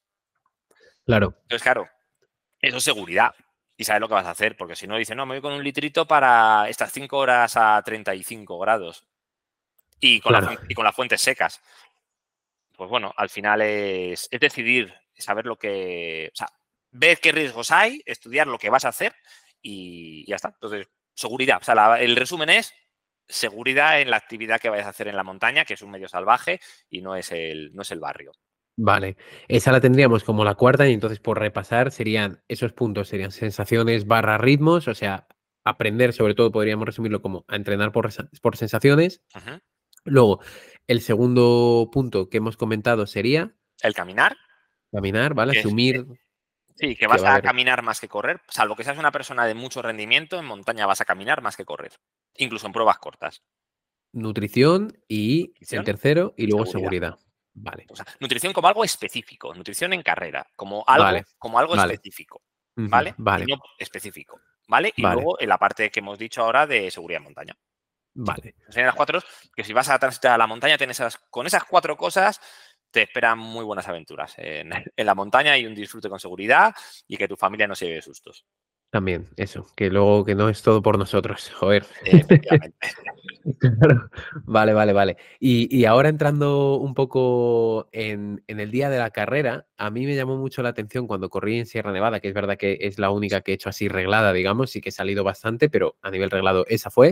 claro, Entonces, claro, eso es seguridad. Y sabes lo que vas a hacer, porque si no, dice, no, me voy con un litrito para estas cinco horas a treinta y cinco grados y con, la claro. fuente, y con las fuentes secas. Pues bueno, al final es, es decidir, saber lo que, o sea, ver qué riesgos hay, estudiar lo que vas a hacer y ya está. Entonces, seguridad. O sea, la, el resumen es seguridad en la actividad que vayas a hacer en la montaña, que es un medio salvaje y no es el, no es el barrio. Vale, esa la tendríamos como la cuarta y entonces por repasar serían esos puntos, serían sensaciones barra ritmos, o sea, aprender sobre todo podríamos resumirlo como a entrenar por, resa- por sensaciones. Uh -huh. Luego, el segundo punto que hemos comentado sería El caminar, caminar, ¿vale? que es, Asumir sí, que que vas va a a haber caminar más que correr, salvo que seas una persona de mucho rendimiento, en montaña vas a caminar más que correr, incluso en pruebas cortas. nutrición y el Nutrición tercero y y luego seguridad. seguridad. Vale, O sea, nutrición como algo específico, nutrición en carrera, como algo, vale, como algo vale, específico, ujú, ¿vale? Y vale, no específico, ¿vale? Y vale, luego en la parte que hemos dicho ahora de seguridad en montaña. vale. Enseñan las cuatro, que si vas a transitar a la montaña, tienes esas, con esas cuatro cosas te esperan muy buenas aventuras en, en la montaña y un disfrute con seguridad y que tu familia no se lleve sustos. También, eso, que luego que no es todo por nosotros, joder. Efectivamente. Claro. Vale, vale, vale. Y, y ahora entrando un poco en, en el día de la carrera, a mí me llamó mucho la atención cuando corrí en Sierra Nevada, que es verdad que es la única que he hecho así reglada, digamos, y que he salido bastante, pero a nivel reglado esa fue.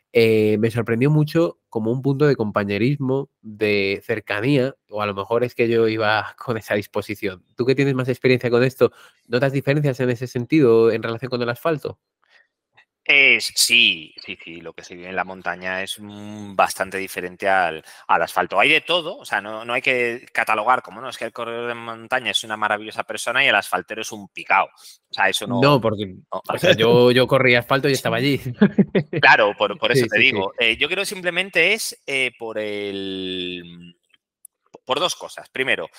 eh, me sorprendió mucho como un punto de compañerismo, de cercanía, o a lo mejor es que yo iba con esa disposición. Tú que tienes más experiencia con esto, ¿notas diferencias en ese sentido en relación con el asfalto? Es, sí, sí, sí, lo que se vive en la montaña es mm, bastante diferente al, al asfalto. Hay de todo, o sea, no, no hay que catalogar como, no, es que el corredor de montaña es una maravillosa persona y el asfaltero es un picao. O sea, eso no... No, porque, no. o sea, yo, yo corría asfalto y estaba allí. Claro, por, por eso Sí, te sí, sí. digo. Eh, yo creo simplemente es eh, por el... Por dos cosas. Primero,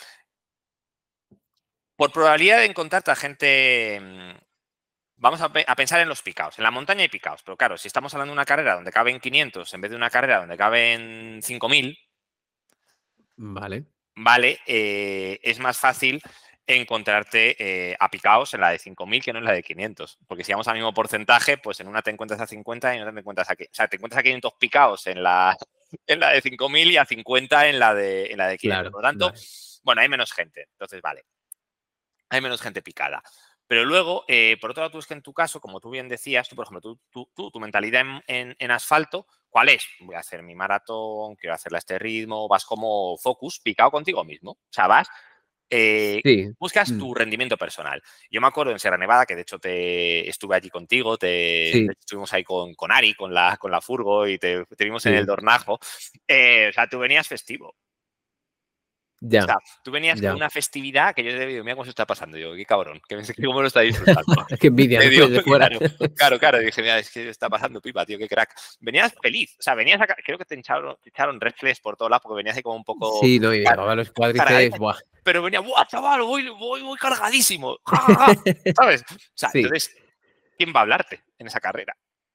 por probabilidad de encontrarte a gente... mm, Vamos a, pe- a pensar en los picaos. En la montaña hay picaos, pero claro, si estamos hablando de una carrera donde caben quinientos en vez de una carrera donde caben cinco mil, Vale. vale, eh, es más fácil encontrarte eh, a picaos en la de cinco mil que no en la de quinientos. Porque si vamos al mismo porcentaje, pues en una te encuentras a cincuenta y en otra te encuentras a... qui- O sea, te encuentras a quinientos picaos en la, en la de cinco mil y a cincuenta en la de, en la de quinientos. Claro, Por lo tanto, vale. bueno, hay menos gente. Entonces, vale, hay menos gente picada. Pero luego, eh, por otro lado, tú es que en tu caso, como tú bien decías, tú, por ejemplo, tú, tú, tú, tu mentalidad en, en, en asfalto, ¿cuál es? Voy a hacer mi maratón, quiero hacerla a este ritmo, vas como focus, picado contigo mismo. O sea, vas, eh, Sí. buscas Mm, tu rendimiento personal. Yo me acuerdo en Sierra Nevada, que de hecho te estuve allí contigo, te, de sí, hecho, estuvimos ahí con, con Ari, con la, con la furgo, y te, te vimos en el sí. Dornajo. Eh, o sea, tú venías festivo. O Ya, sea, tú venías con ya. una festividad que yo te digo, mira cómo se está pasando. Yo, qué cabrón, que cómo lo está disfrutando. Qué envidia, Me ¿no? dio, Desde fuera. claro, claro, claro. Dije, mira, es que está pasando pipa, tío, qué crack. Venías feliz, o sea, venías acá, creo que te echaron, te echaron reflex por todos lados porque venías ahí como un poco Sí, no, y car- llevaba los cuádriceps, cargadete, buah. pero venía, ¡buah, chaval! Voy, voy, voy cargadísimo. ¡Ja, ja, ja! ¿Sabes? O sea, Sí, entonces, ¿quién va a hablarte en esa carrera?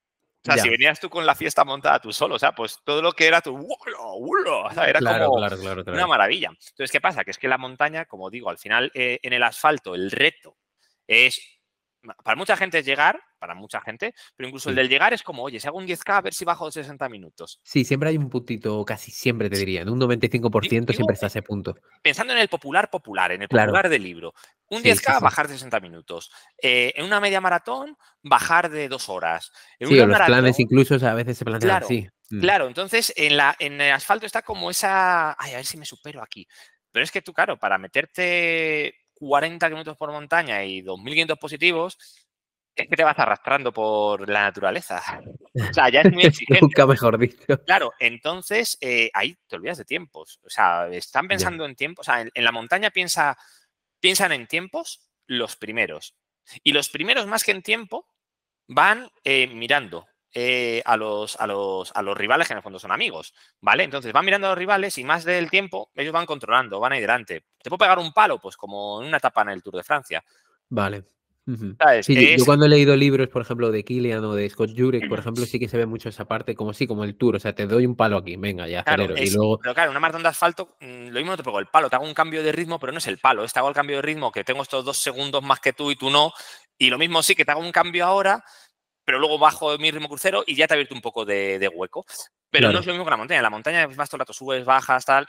O sea, si ya. venías tú con la fiesta montada tú solo, o sea, pues todo lo que era tu... ¡Wulo, wulo! O sea, era Claro, como claro, claro, una claro. maravilla. Entonces, ¿qué pasa? Que es que la montaña, como digo, al final eh, en el asfalto el reto es... Para mucha gente es llegar, para mucha gente, pero incluso el Sí. del llegar es como, oye, si hago un diez K, a ver si bajo de sesenta minutos. Sí, siempre hay un puntito, casi siempre te diría, en un noventa y cinco por Di- ciento Digo, siempre está ese punto. pensando en el popular popular, en el Claro, popular del libro, un sí, diez sí, K, sí. bajar de sesenta minutos. Eh, en una media maratón, bajar de dos horas. En Sí, una o los planes maratón, incluso, o sea, a veces se plantean claro, así. Mm. claro. Entonces, en, la, en el asfalto está como esa. Ay, a ver si me supero aquí. Pero es que tú, claro, para meterte cuarenta kilómetros por montaña y dos mil quinientos positivos, es que te vas arrastrando por la naturaleza. O sea, ya es muy exigente. Nunca mejor dicho. Claro, entonces eh, ahí te olvidas de tiempos. O sea, están Ya. pensando en tiempos. O sea, en, en la montaña piensa, piensan en tiempos los primeros. Y los primeros, más que en tiempo, van eh, mirando eh, a, los, a, los, a los rivales que en el fondo son amigos, ¿vale? Entonces van mirando a los rivales y más del tiempo ellos van controlando, van ahí delante. ¿Te puedo pegar un palo? Pues como en una etapa en el Tour de Francia, Vale. Ujú. ¿sabes? Sí, yo yo Es... cuando he leído libros, por ejemplo, de Kilian o de Scott Jurek, por ejemplo, sí que se ve mucho esa parte, como sí, como el tour, o sea, te doy un palo aquí, venga, ya Claro, acelero. Y es, luego, pero claro, una maratón de asfalto, mmm, lo mismo no te pego el palo, te hago un cambio de ritmo, pero no es el palo, es te hago el cambio de ritmo que tengo estos dos segundos más que tú y tú no, y lo mismo sí que te hago un cambio ahora, pero luego bajo mi ritmo crucero y ya te ha abierto un poco de, de hueco. Pero no es claro, lo mismo que la montaña. En la montaña vas todo el rato, subes, bajas, tal.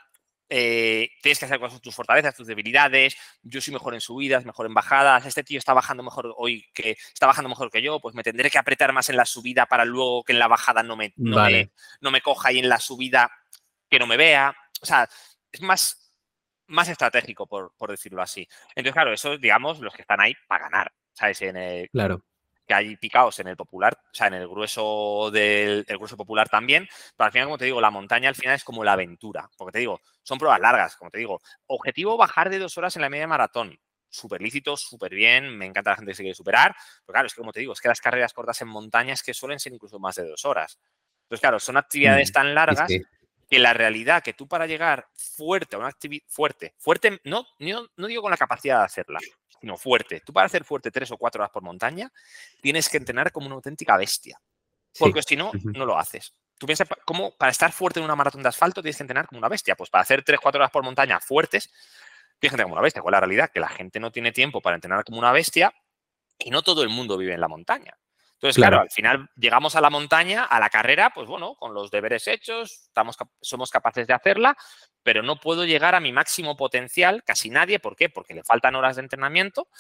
Eh, tienes que hacer cosas tus fortalezas, tus debilidades. Yo soy mejor en subidas, mejor en bajadas. Este tío está bajando mejor hoy que está bajando mejor que yo, pues me tendré que apretar más en la subida para luego que en la bajada no me, no me, vale, no me coja y en la subida que no me vea. O sea, es más, más estratégico, por, por decirlo así. Entonces, claro, eso, digamos, los que están ahí para ganar. ¿Sabes? En el, claro, que hay picaos en el popular, o sea, en el grueso del el grueso popular también, pero al final, como te digo, la montaña al final es como la aventura, porque te digo, son pruebas largas, como te digo. Objetivo, bajar de dos horas en la media maratón. Súper lícito, súper bien, me encanta la gente que se quiere superar, pero claro, es que como te digo, es que las carreras cortas en montañas que suelen ser incluso más de dos horas. Entonces, claro, son actividades mm, tan sí, largas sí, que la realidad que tú para llegar fuerte a una actividad fuerte, fuerte, no, no, no digo con la capacidad de hacerla, sino fuerte. Tú para hacer fuerte tres o cuatro horas por montaña, tienes que entrenar como una auténtica bestia, sí, porque si no, ujú, no lo haces. Tú piensas, cómo para estar fuerte en una maratón de asfalto tienes que entrenar como una bestia. Pues para hacer tres cuatro horas por montaña fuertes, tienes que entrenar como una bestia. ¿Cuál es la realidad? Que la gente no tiene tiempo para entrenar como una bestia y no todo el mundo vive en la montaña. Entonces, claro, claro, al final llegamos a la montaña, a la carrera, pues bueno, con los deberes hechos, estamos, somos capaces de hacerla, pero no puedo llegar a mi máximo potencial, casi nadie. ¿Por qué? Porque le faltan horas de entrenamiento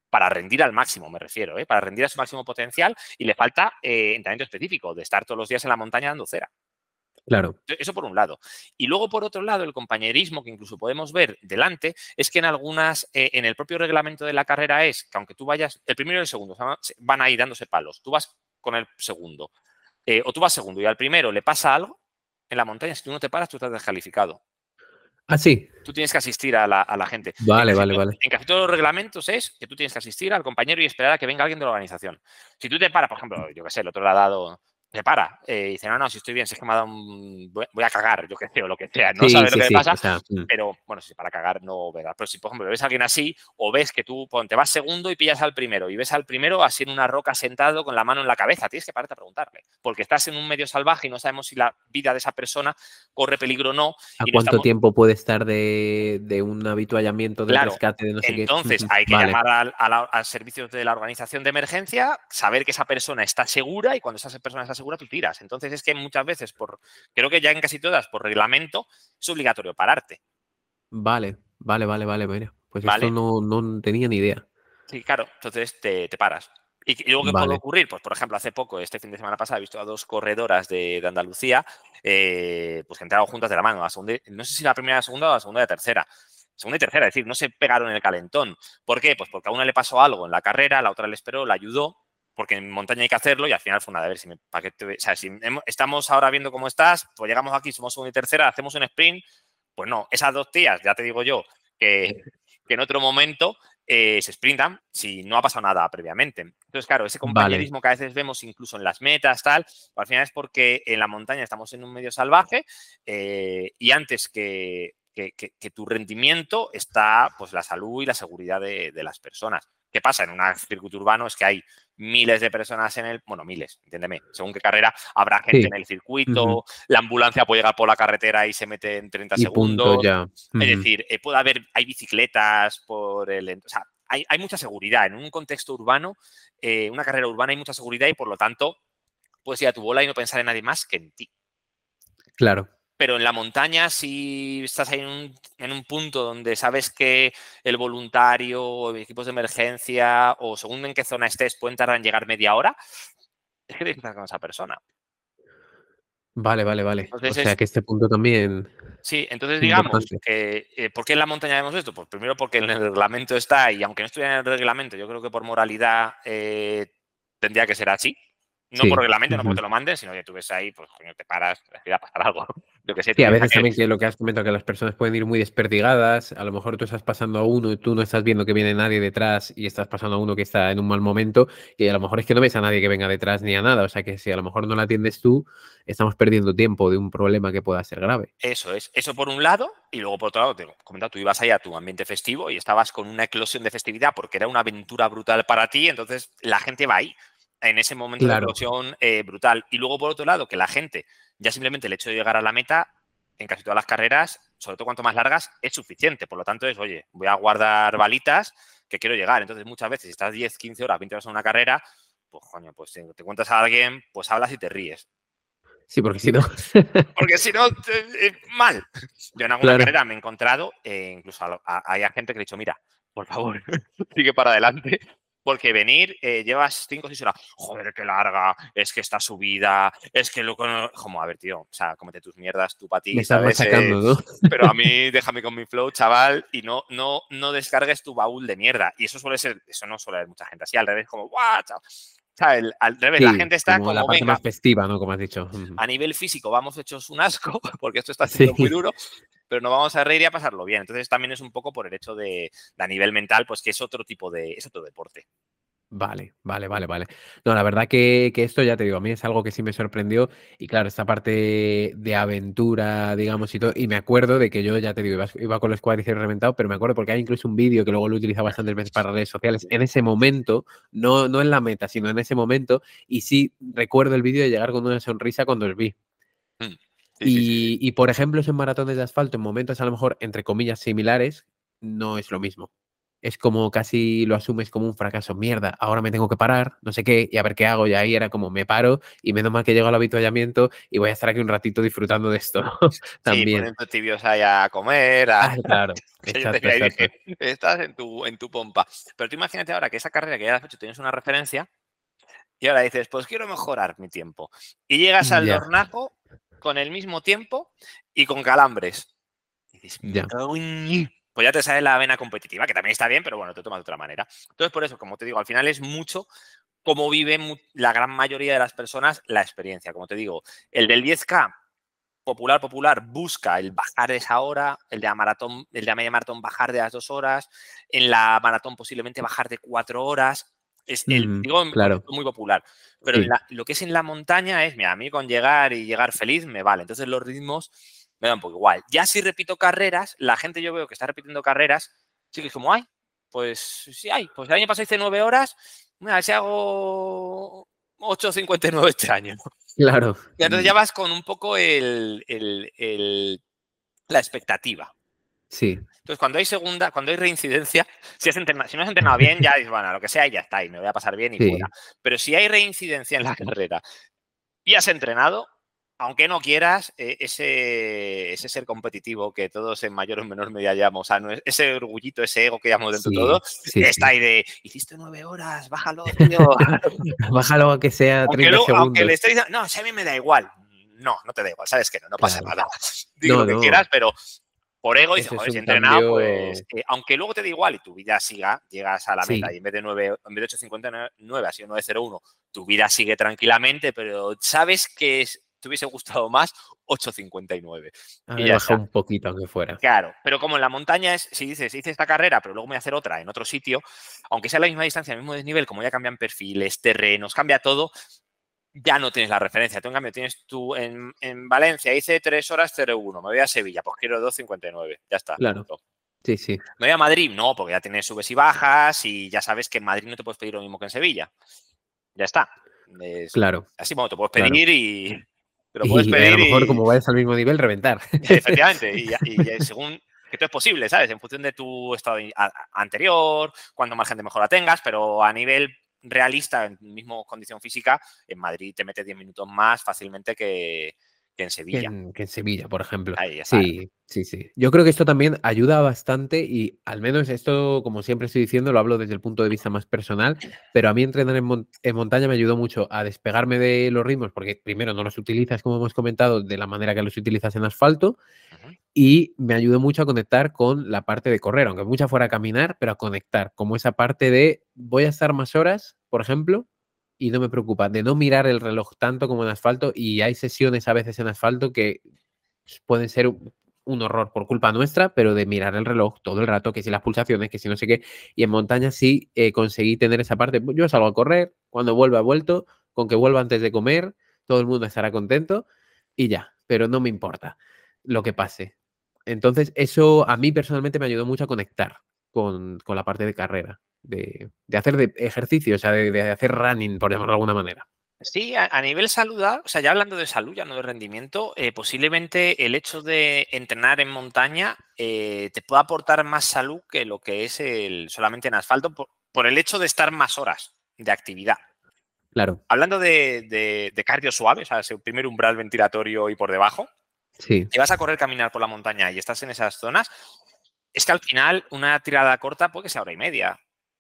para rendir al máximo, me refiero, ¿eh? Para rendir a su máximo potencial y le falta eh, entrenamiento específico, de estar todos los días en la montaña dando cera. Claro. Eso por un lado. Y luego, por otro lado, el compañerismo que incluso podemos ver delante es que en algunas, eh, en el propio reglamento de la carrera es que aunque tú vayas, el primero y el segundo van ahí dándose palos, tú vas con el segundo, eh, o tú vas segundo y al primero le pasa algo en la montaña, si tú no te paras, tú estás descalificado. Ah, sí. Tú tienes que asistir a la, a la gente. Vale, en vale, casi, vale. En casi todos los reglamentos es que tú tienes que asistir al compañero y esperar a que venga alguien de la organización. Si tú te paras, por ejemplo, yo qué sé, el otro le ha dado, se para, eh, y dice, no, no, si estoy bien, si es que me ha dado un... Voy a cagar, yo qué sé, o lo que sea. No Sí, sabes sí, lo que sí. le pasa, O sea, mm. pero bueno, si para cagar no verás. Pero si, por ejemplo, ves a alguien así, o ves que tú pon, te vas segundo y pillas al primero, y ves al primero así en una roca sentado con la mano en la cabeza, tienes que pararte a preguntarle, porque estás en un medio salvaje y no sabemos si la vida de esa persona corre peligro o no. ¿A Y no cuánto estamos... tiempo puede estar de, de un avituallamiento, del Claro, rescate, de no sé qué? entonces hay que Vale. llamar al, a la- al servicio de la organización de emergencia, saber que esa persona está segura y cuando esa persona está segura tú tiras. Entonces es que muchas veces, por creo que ya en casi todas, por reglamento, es obligatorio pararte, Vale, vale, vale, vale, mira. Pues esto ¿vale? no, no tenía ni idea. Sí, claro, entonces te, te paras. ¿Y, y luego qué puede Vale. ocurrir? Pues, por ejemplo, hace poco, este fin de semana pasado, he visto a dos corredoras de, de Andalucía, eh, pues que entraron juntas de la mano. La segunda, no sé si la primera, la segunda o la segunda y la tercera. Segunda y tercera, es decir, no se pegaron en el calentón. ¿Por qué? Pues porque a una le pasó algo en la carrera, a la otra le esperó, la ayudó, porque en montaña hay que hacerlo y al final fue una de ver si me, para que te, o sea, si hemos, estamos ahora viendo cómo estás, pues llegamos aquí, somos segunda y tercera, hacemos un sprint. Pues no, esas dos tías, ya te digo yo, que, que en otro momento eh, se sprintan si no ha pasado nada previamente. Entonces, claro, ese Vale. compañerismo que a veces vemos incluso en las metas, tal, al final es porque en la montaña estamos en un medio salvaje eh, y antes que, que, que, que tu rendimiento está pues la salud y la seguridad de, de las personas. ¿Qué pasa? En un circuito urbano es que hay miles de personas en el... Bueno, miles, entiéndeme. Según qué carrera, habrá gente Sí. en el circuito, Ujú. la ambulancia puede llegar por la carretera y se mete en treinta Y punto segundos. ya. Es Ujú. decir, eh, puede haber... Hay bicicletas por el... O sea, hay, hay mucha seguridad. En un contexto urbano, eh, una carrera urbana hay mucha seguridad y, por lo tanto, puedes ir a tu bola y no pensar en nadie más que en ti. Claro. Pero en la montaña, si estás ahí en un, en un punto donde sabes que el voluntario o equipos de emergencia o según en qué zona estés pueden tardar en llegar media hora, es que tienes que estar con esa persona. Vale, vale, vale. O Entonces, sea es, que este punto también sí, entonces es digamos importante. que eh, ¿por qué en la montaña vemos esto? Pues primero porque en el reglamento está y aunque no estuviera en el reglamento, yo creo que por moralidad eh, tendría que ser así. No por Sí. reglamento, no porque Ujú. te lo manden, sino que tú ves ahí, pues coño, te paras, te va a pasar algo. Yo qué sé, Sí, tú a piensas veces que también que lo que has comentado, que las personas pueden ir muy desperdigadas, a lo mejor tú estás pasando a uno y tú no estás viendo que viene nadie detrás y estás pasando a uno que está en un mal momento y a lo mejor es que no ves a nadie que venga detrás ni a nada, o sea que si a lo mejor no la atiendes tú, estamos perdiendo tiempo de un problema que pueda ser grave. eso es, eso por un lado, y luego por otro lado, te he comentado, tú ibas ahí a tu ambiente festivo y estabas con una eclosión de festividad porque era una aventura brutal para ti, entonces la gente va ahí, en ese momento de Claro. eclosión eh, brutal. Y luego por otro lado, que la gente, ya simplemente el hecho de llegar a la meta, en casi todas las carreras, sobre todo cuanto más largas, es suficiente. Por lo tanto, es, oye, voy a guardar balitas que quiero llegar. Entonces, muchas veces, si estás diez, quince horas, veinte horas en una carrera, pues coño, pues te, te cuentas a alguien, pues hablas y te ríes. Sí, porque si no. Porque si no, eh, mal. Yo en alguna Claro. carrera me he encontrado, eh, incluso a, a, hay gente que le he dicho, mira, por favor, sigue para adelante, porque venir, eh, llevas cinco o seis horas, joder, qué larga, es que está subida, es que lo... Como, a ver, tío, o sea, cómete tus mierdas, tú para Me ti, estás ¿sabes? Eh, machacando, ¿no? pero a mí déjame con mi flow, chaval, y no, no, no descargues tu baúl de mierda. Y eso suele ser, eso no suele haber mucha gente así, al revés, como, guau, chaval. O sea, el, al revés, la Sí, gente está como la como, parte venga, más festiva, ¿no? Como has dicho. Ujú. a nivel físico vamos hechos un asco, porque esto está Sí. siendo muy duro, pero no vamos a reír y a pasarlo bien. Entonces también es un poco por el hecho de, de a nivel mental, pues que es otro tipo de, es otro deporte. Vale, vale, vale, vale. No, la verdad que, que esto, ya te digo, a mí es algo que sí me sorprendió y claro, esta parte de aventura, digamos, y todo, y me acuerdo de que yo, ya te digo, iba, iba con los cuádriceps reventados, pero me acuerdo porque hay incluso un vídeo que luego lo he utilizado bastantes veces para redes sociales, en ese momento, no, no en la meta, sino en ese momento, y sí recuerdo el vídeo de llegar con una sonrisa cuando os vi. Mm. Sí, sí, sí, sí. Y, y, por ejemplo, en maratones de asfalto, en momentos a lo mejor, entre comillas, similares, no es lo mismo. es como casi lo asumes como un fracaso. Mierda, ahora me tengo que parar, no sé qué, y a ver qué hago. Y ahí era como me paro y menos mal que llego al avituallamiento y voy a estar aquí un ratito disfrutando de esto, ¿no? Sí, También. poniendo tibios ahí a comer, a... Ah, claro, que yo te exacto, vi ahí y exacto. dije, estás en tu, en tu pompa. Pero tú imagínate ahora que esa carrera que ya has hecho tienes una referencia y ahora dices, pues quiero mejorar mi tiempo. Y llegas al Ya, Dornaco con el mismo tiempo y con calambres. Y dices, me ya. cago en... Pues ya te sale la vena competitiva, que también está bien, pero bueno, te tomas de otra manera. Entonces, por eso, como te digo, al final es mucho cómo vive mu- la gran mayoría de las personas la experiencia. Como te digo, el del diez K popular, popular, busca el bajar de esa hora, el de la maratón, el de la media maratón bajar de las dos horas, en la maratón posiblemente bajar de cuatro horas. Es el, Mm, digo, en claro, concepto muy popular. Pero en sí, la, lo que es en la montaña es, mira, a mí con llegar y llegar feliz me vale. Entonces los ritmos me da un poco igual. Ya si repito carreras, la gente yo veo que está repitiendo carreras, sí que es como, ay, pues sí hay. Pues el año pasado hice nueve horas, mira, a ver si hago ocho cincuenta y nueve este año. claro. Y entonces Mm, ya vas con un poco el, el- el- la expectativa. sí, Entonces, cuando hay segunda, cuando hay reincidencia, si, has entrenado, si no has entrenado bien, ya dices, bueno, lo que sea, y ya está, y me voy a pasar bien y fuera. sí. Pero si hay reincidencia en la carrera y has entrenado, aunque no quieras, eh, ese, ese ser competitivo que todos en mayor o menor medida llamamos, o sea, no es- ese orgullito, ese ego que llamamos dentro de todo, Sí, sí, está sí. ahí de, hiciste nueve horas, bájalo, tío. Bájalo a que sea Aunque, treinta luego, aunque le segundos. estoy diciendo, no, si a mí me da igual. No, no te da igual, sabes que no, no pasa Claro. nada. Di lo No, que quieras, no. pero por ego dices, Eso es joder, si he un entrenado, pues, cambio. eh, aunque luego te da igual y tu vida siga, llegas a la meta y Sí, en vez de nueve, en vez de ocho cincuenta y nueve ha sido nueve cero uno, tu vida sigue tranquilamente, pero sabes que es- te hubiese gustado más ocho cincuenta y nueve. a Y ver, ya baja está. un poquito aunque fuera. Claro, pero como en la montaña es, si dices, hice esta carrera, pero luego me voy a hacer otra en otro sitio, aunque sea la misma distancia, el mismo desnivel, como ya cambian perfiles, terrenos, cambia todo, ya no tienes la referencia. Tú, en cambio, tienes tú en, en Valencia, hice tres horas cero uno, me voy a Sevilla, pues quiero dos cincuenta y nueve, ya está, Claro. punto. Sí, sí. ¿Me voy a Madrid? No, porque ya tienes subes y bajas y ya sabes que en Madrid no te puedes pedir lo mismo que en Sevilla. Ya está. Es Claro, así, bueno, te puedes claro. pedir y te lo puedes Y a pedir lo mejor y como vayas al mismo nivel, reventar. efectivamente, y, y según que todo es posible, ¿sabes? En función de tu estado anterior, cuánto margen de mejora tengas, pero a nivel realista, en mismo condición física, en Madrid te metes diez minutos más fácilmente que, que en Que Sevilla. en, que en Sevilla, por ejemplo. Ahí está. Sí, sí, sí. Yo creo que esto también ayuda bastante y al menos esto, como siempre estoy diciendo, lo hablo desde el punto de vista más personal, pero a mí entrenar en, mon- en montaña me ayudó mucho a despegarme de los ritmos porque primero no los utilizas, como hemos comentado, de la manera que los utilizas en asfalto Uh-huh. y me ayudó mucho a conectar con la parte de correr, aunque mucha fuera a caminar, pero a conectar, como esa parte de voy a estar más horas, por ejemplo, y no me preocupa de no mirar el reloj tanto como en asfalto y hay sesiones a veces en asfalto que pueden ser un, un horror por culpa nuestra, pero de mirar el reloj todo el rato, que si las pulsaciones, que si no sé qué, y en montaña sí eh, conseguí tener esa parte, yo salgo a correr, cuando vuelva vuelto, con que vuelva antes de comer, todo el mundo estará contento y ya, pero no me importa lo que pase. Entonces, eso a mí personalmente me ayudó mucho a conectar con, con la parte de carrera, de, de hacer de ejercicio, o sea, de, de hacer running, por llamarlo de alguna manera. Sí, a, a nivel saludar, o sea, ya hablando de salud, ya no de rendimiento, eh, posiblemente el hecho de entrenar en montaña eh, te pueda aportar más salud que lo que es el solamente en asfalto por, por el hecho de estar más horas de actividad. Claro, Hablando de, de, de cardio suave, o sea, ese primer umbral ventilatorio y por debajo, sí, si vas a correr, caminar por la montaña y estás en esas zonas, es que al final una tirada corta puede que sea hora y media,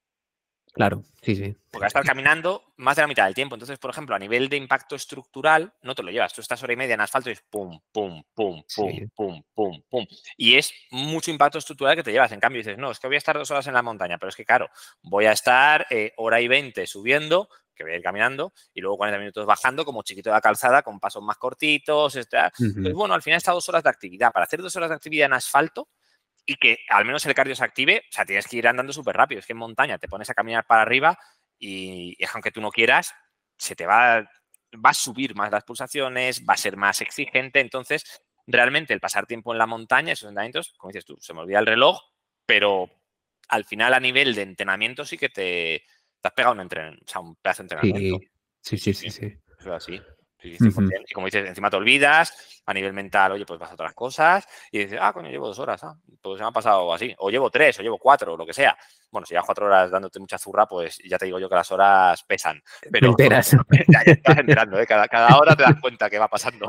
claro, sí, sí, porque vas a estar caminando más de la mitad del tiempo. Entonces, por ejemplo, a nivel de impacto estructural, no te lo llevas. Tú estás hora y media en asfalto y es pum, pum, pum, pum, sí. pum, pum, pum. Y es mucho impacto estructural que te llevas. En cambio, dices, no, es que voy a estar dos horas en la montaña, pero es que, claro, voy a estar eh, hora y veinte subiendo, que voy a ir caminando, y luego cuarenta minutos bajando como chiquito de la calzada, con pasos más cortitos, etcétera. Entonces, Ujú. bueno, al final está dos horas de actividad. Para hacer dos horas de actividad en asfalto, y que al menos el cardio se active, o sea, tienes que ir andando súper rápido. Es que en montaña te pones a caminar para arriba y es que aunque tú no quieras, se te va, va a subir más las pulsaciones, va a ser más exigente. Entonces, realmente el pasar tiempo en la montaña, esos entrenamientos, como dices tú, se me olvida el reloj, pero al final a nivel de entrenamiento sí que te, te has pegado un, entren, o sea, un pedazo de entrenamiento. Sí, sí, Sí, sí, sí, sí, sí. sí. Eso es así. Sí, Ujú. cien por ciento. Y como dices, encima te olvidas, a nivel mental, oye, pues vas a otras cosas y dices, ah, coño, llevo dos horas, ah, pues se me ha pasado así. O llevo tres, o llevo cuatro, o lo que sea. Bueno, si llevas cuatro horas dándote mucha zurra, pues ya te digo yo que las horas pesan. Te Pero enteras. ya, ya te vas enterando, ¿eh? Cada, cada hora te das cuenta que va pasando.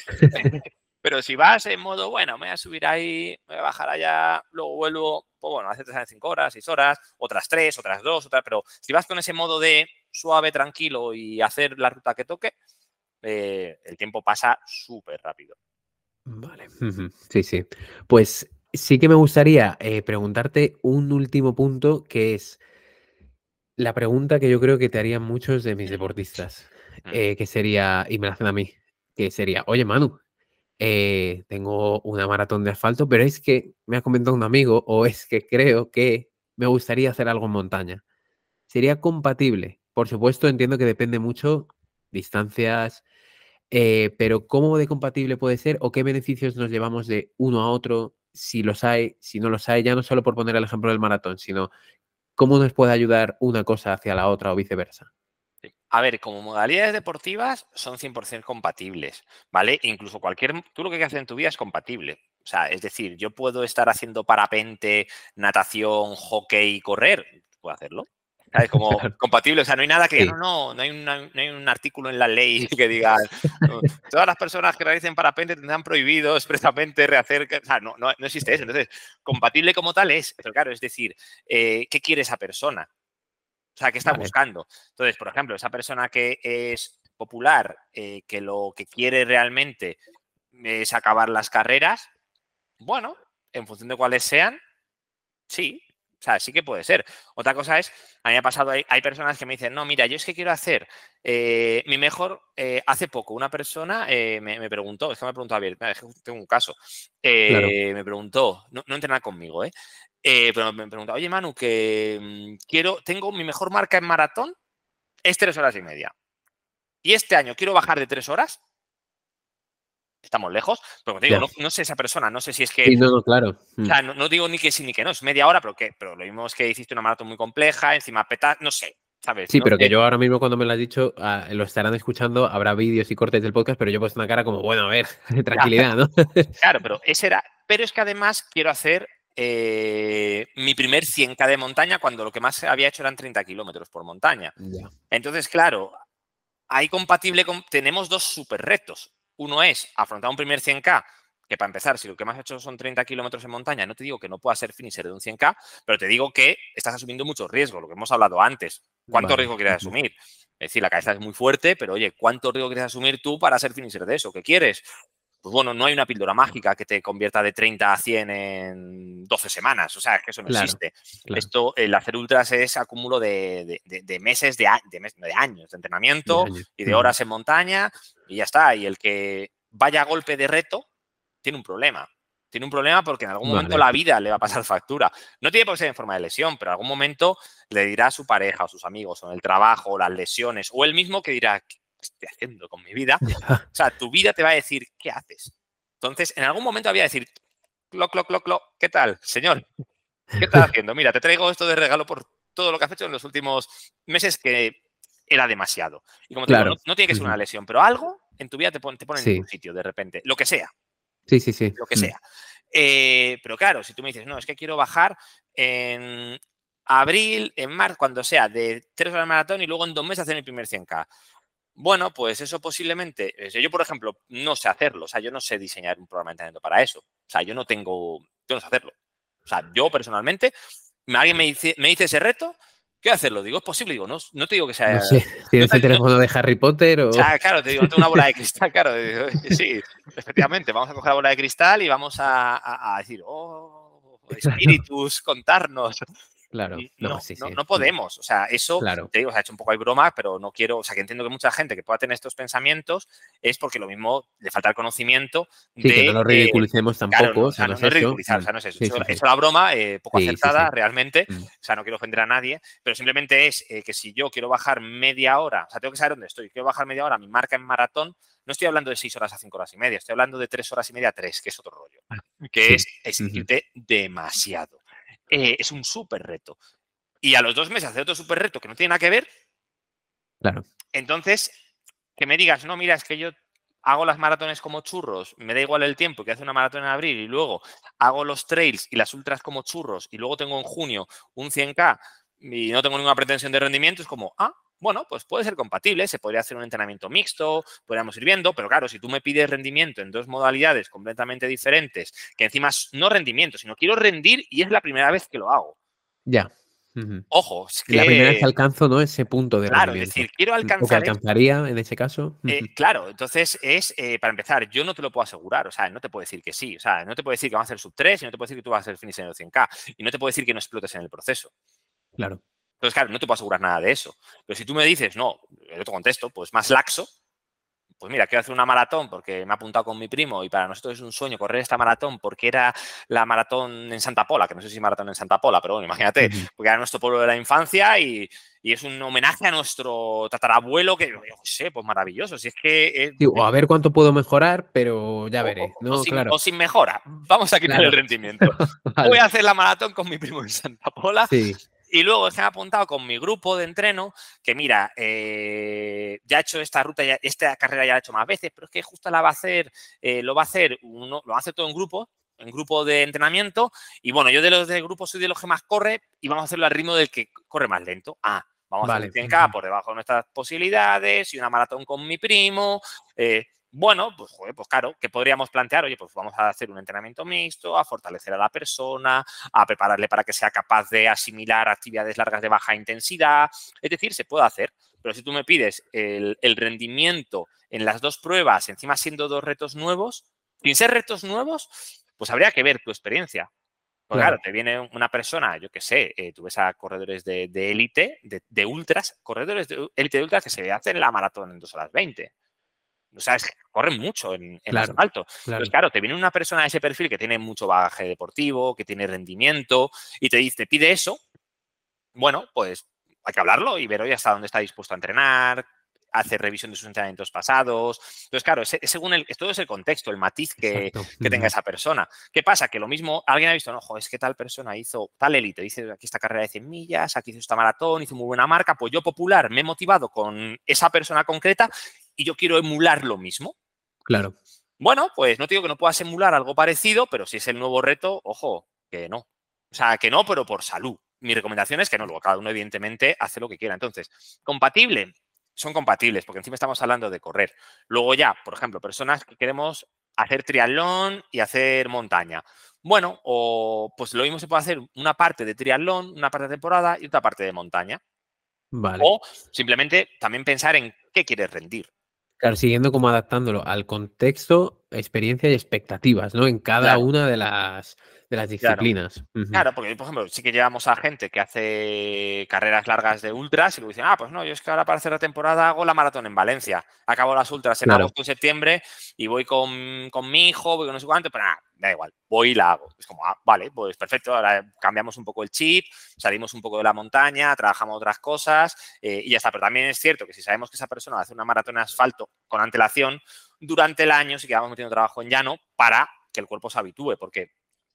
Pero si vas en modo, bueno, me voy a subir ahí, me voy a bajar allá, luego vuelvo, pues bueno, hace cinco horas, seis horas, otras tres, otras dos, otras, pero si vas con ese modo de suave, tranquilo y hacer la ruta que toque, eh, el tiempo pasa súper rápido. Vale. Ujú. Sí, sí. Pues sí que me gustaría eh, preguntarte un último punto, que es la pregunta que yo creo que te harían muchos de mis Mm, deportistas, mm, eh, que sería, y me la hacen a mí, que sería, oye Manu, eh, tengo una maratón de asfalto, pero es que me ha comentado un amigo, o es que creo que me gustaría hacer algo en montaña. ¿Sería compatible? Por supuesto, entiendo que depende mucho, distancias, eh, pero ¿cómo de compatible puede ser o qué beneficios nos llevamos de uno a otro? Si los hay, si no los hay, ya no solo por poner el ejemplo del maratón, sino cómo nos puede ayudar una cosa hacia la otra o viceversa. sí. A ver, como modalidades deportivas son cien por ciento compatibles, ¿vale? Incluso cualquier, tú lo que haces en tu vida es compatible. O sea, es decir, yo puedo estar haciendo parapente, natación, hockey, correr, puedo hacerlo. ¿Sabes? Como Claro, compatible, o sea, no hay nada que diga, no, sí, no, no hay, una- no hay un artículo en la ley que diga, "Uh, todas las personas que realicen parapente tendrán prohibido expresamente rehacer, que-". O sea, no, no, no existe eso. Entonces, compatible como tal es, pero claro, es decir, eh, ¿qué quiere esa persona? O sea, ¿qué está vale, buscando? Entonces, por ejemplo, esa persona que es popular, eh, que lo que quiere realmente es acabar las carreras, bueno, en función de cuáles sean, sí. O sea, sí que puede ser. Otra cosa es, a mí me ha pasado, hay, hay personas que me dicen, no, mira, yo es que quiero hacer eh, mi mejor, eh, hace poco una persona eh, me, me preguntó, es que me preguntó, a ver, es que tengo un caso, claro. eh, me preguntó, no, no entrena conmigo, ¿eh? Eh, pero me preguntó, oye Manu, que mm, quiero, tengo mi mejor marca en maratón, es tres horas y media. Y este año quiero bajar de tres horas, estamos lejos, pero como te digo, Ya. no, no sé esa persona, no sé si es que, Sí, no, no, claro. o Mm. sea, no, no digo ni que sí ni que no, es media hora, pero que, pero lo mismo es que hiciste una maratón muy compleja, encima peta, no sé, ¿sabes? Sí, No pero que sé. yo ahora mismo cuando me lo has dicho, ah, lo estarán escuchando, habrá vídeos y cortes del podcast, pero yo he puesto una cara como, bueno, a ver, tranquilidad, ¿no? Claro, pero ese era, pero es que además quiero hacer eh, mi primer cien K de montaña cuando lo que más había hecho eran treinta kilómetros por montaña. Ya, Entonces, claro, ahí compatible con, tenemos dos super retos. Uno es afrontar un primer cien K, que para empezar, si lo que más has hecho son treinta kilómetros en montaña, no te digo que no pueda ser finisher de un cien K, pero te digo que estás asumiendo mucho riesgo, lo que hemos hablado antes. ¿Cuánto vale. riesgo quieres Ujú. asumir? Es decir, la cabeza es muy fuerte, pero oye, ¿cuánto riesgo quieres asumir tú para ser finisher de eso? ¿Qué quieres? Pues bueno, no hay una píldora mágica que te convierta de treinta a cien en doce semanas. O sea, es que eso no Claro, existe. claro. Esto, el hacer ultras es acúmulo de, de- de- de meses, de, a- de mes- no, de años de De entrenamiento años. y de Ujú. horas en montaña y ya está. Y el que vaya a golpe de reto tiene un problema. Tiene un problema porque en algún momento Vale, la vida le va a pasar factura. No tiene por qué ser en forma de lesión, pero en algún momento le dirá a su pareja o sus amigos o en el trabajo o las lesiones o él mismo que dirá, ¿qué estoy haciendo con mi vida? ya. O sea, tu vida te va a decir, ¿qué haces? Entonces, en algún momento había que decir, cloc, cloc, cloc, cloc, ¿qué tal, señor? ¿Qué estás haciendo? Mira, te traigo esto de regalo por todo lo que has hecho en los últimos meses que era demasiado. Y como te digo, no, Claro. no tiene que ser una Ujú. lesión, pero algo en tu vida te, pon- te pone en tu Sí, sitio de repente, lo que sea, sí, sí, sí. lo que Mm. sea. Eh, pero claro, si tú me dices, no, es que quiero bajar en abril, en marzo, cuando sea, de tres horas de maratón y luego en dos meses hacer mi primer cien K. Bueno, pues eso posiblemente, eh, yo por ejemplo no sé hacerlo, o sea, yo no sé diseñar un programa de entrenamiento para eso, o sea, yo no tengo, yo no sé hacerlo. O sea, yo personalmente, me- alguien me dice, me dice ese reto, quiero hacerlo, digo, es posible, digo, no, no te digo que No sea, sé, no ¿tienes el te- no- teléfono de Harry Potter o o...? sea, claro, te digo, no tengo una bola de cristal, claro, digo, sí, efectivamente, vamos a coger la bola de cristal y vamos a, a- a decir, oh, Claro, espíritus, contarnos. claro. No, No, sí, no, sí. no Mm. podemos. O sea, eso, Claro. te digo, se ha hecho un poco hay bromas, pero no quiero, o sea, que entiendo que mucha gente que pueda tener estos pensamientos es porque lo mismo le falta el conocimiento Sí, que no de, lo eh, ridiculicemos claro, no, tampoco, o o sea, sea, no no, es no es eso. ridiculizar, o Mm. sea, no es eso. He Sí, hecho, sí, he sí. hecho la broma eh, poco Sí, sí, acertada sí. realmente, Mm. o sea, no quiero ofender a nadie, pero simplemente es eh, que si yo quiero bajar media hora, o sea, tengo que saber dónde estoy, quiero bajar media hora, mi marca en maratón, no estoy hablando de seis horas a cinco horas y media, estoy hablando de tres horas y media a tres, que es otro rollo, que es Sí. Ujú. exigirte demasiado. Eh, es un súper reto. Y a los dos meses hacer otro súper reto que no tiene nada que ver, Claro. entonces que me digas, no, mira, es que yo hago las maratones como churros, me da igual el tiempo que hace una maratón en abril y luego hago los trails y las ultras como churros y luego tengo en junio un cien K y no tengo ninguna pretensión de rendimiento, es como, ah, bueno, pues puede ser compatible, se podría hacer un entrenamiento mixto, podríamos ir viendo, pero claro, si tú me pides rendimiento en dos modalidades completamente diferentes, que encima no rendimiento, sino quiero rendir y es la primera vez que lo hago. Ya. Uh-huh. Ojo, es La primera vez que... que alcanzo, ¿no? Ese punto de Claro, es rendimiento. decir, quiero O que alcanzar esto. alcanzaría en ese caso. Eh, claro, entonces es, eh, para empezar, yo no te lo puedo asegurar, o sea, no te puedo decir que sí, o sea, no te puedo decir que vamos a hacer sub tres y no te puedo decir que tú vas a hacer finish en el cien K y no te puedo decir que no explotes en el proceso. Claro. Entonces, claro, no te puedo asegurar nada de eso. Pero si tú me dices, no, el otro contexto, pues más laxo, pues mira, quiero hacer una maratón porque me ha apuntado con mi primo y para nosotros es un sueño correr esta maratón porque era la maratón en Santa Pola, que no sé si maratón en Santa Pola, pero bueno, imagínate, uh-huh. porque era nuestro pueblo de la infancia y, y es un homenaje a nuestro tatarabuelo que, yo no sé, pues maravilloso. Si es que... Es, sí, o a ver cuánto puedo mejorar, pero ya o, veré, ¿no? O sin, claro. o sin mejora. Vamos a quitar claro. el rendimiento. Vale. Voy a hacer la maratón con mi primo en Santa Pola. Sí. Y luego se me ha apuntado con mi grupo de entreno que, mira, eh, ya he hecho esta ruta, ya, esta carrera ya la he hecho más veces, pero es que justo la va a hacer, eh, lo va a hacer uno, lo va a hacer todo en grupo, en grupo de entrenamiento. Y bueno, yo de los de grupo soy de los que más corre y vamos a hacerlo al ritmo del que corre más lento. Ah, vamos vale. a hacer un cien K por debajo de nuestras posibilidades y una maratón con mi primo. Eh, Bueno, pues, joder, pues claro, ¿qué podríamos plantear? Oye, pues vamos a hacer un entrenamiento mixto, a fortalecer a la persona, a prepararle para que sea capaz de asimilar actividades largas de baja intensidad. Es decir, se puede hacer, pero si tú me pides el, el rendimiento en las dos pruebas, encima siendo dos retos nuevos, sin ser retos nuevos, pues habría que ver tu experiencia. Pues claro, claro te viene una persona, yo qué sé, eh, tú ves a corredores de élite, de, de, de ultras, corredores de élite de ultras que se hacen la maratón en dos horas veinte. O sea, es que corren mucho en, en claro, asfalto. Claro. Entonces, claro, te viene una persona de ese perfil que tiene mucho bagaje deportivo, que tiene rendimiento y te dice, te pide eso. Bueno, pues hay que hablarlo y ver hoy hasta dónde está dispuesto a entrenar, hacer revisión de sus entrenamientos pasados. Entonces, claro, es, es según el, todo es el contexto, el matiz que, que tenga esa persona. ¿Qué pasa? Que lo mismo, alguien ha visto, no, joder, es que tal persona hizo tal élite, dice aquí esta carrera de cien millas, aquí hizo esta maratón, hizo muy buena marca, pues yo popular me he motivado con esa persona concreta y yo quiero emular lo mismo. Claro. Bueno, pues no te digo que no puedas emular algo parecido, pero si es el nuevo reto, ojo, que no. O sea, que no, pero por salud. Mi recomendación es que no, luego cada uno evidentemente hace lo que quiera. Entonces, ¿compatible? Son compatibles, porque encima estamos hablando de correr. Luego ya, por ejemplo, personas que queremos hacer triatlón y hacer montaña. Bueno, o pues lo mismo se puede hacer una parte de triatlón, una parte de temporada y otra parte de montaña. Vale. O simplemente también pensar en qué quieres rendir. Claro, siguiendo como adaptándolo al contexto, experiencia y expectativas, ¿no? En cada Claro. una de las, de las disciplinas. Claro. Uh-huh. Claro, porque, por ejemplo, sí que llevamos a gente que hace carreras largas de ultras y luego dicen, ah, pues no, yo es que ahora para hacer la temporada hago la maratón en Valencia. Acabo las ultras en Claro. agosto, septiembre y voy con, con mi hijo, voy con no sé cuánto, pero nada, da igual, voy y la hago. Es como, ah, vale, pues perfecto, ahora cambiamos un poco el chip, salimos un poco de la montaña, trabajamos otras cosas eh, y ya está. Pero también es cierto que si sabemos que esa persona va a hacer una maratón en asfalto con antelación, durante el año sí que vamos metiendo trabajo en llano para que el cuerpo se habitúe, porque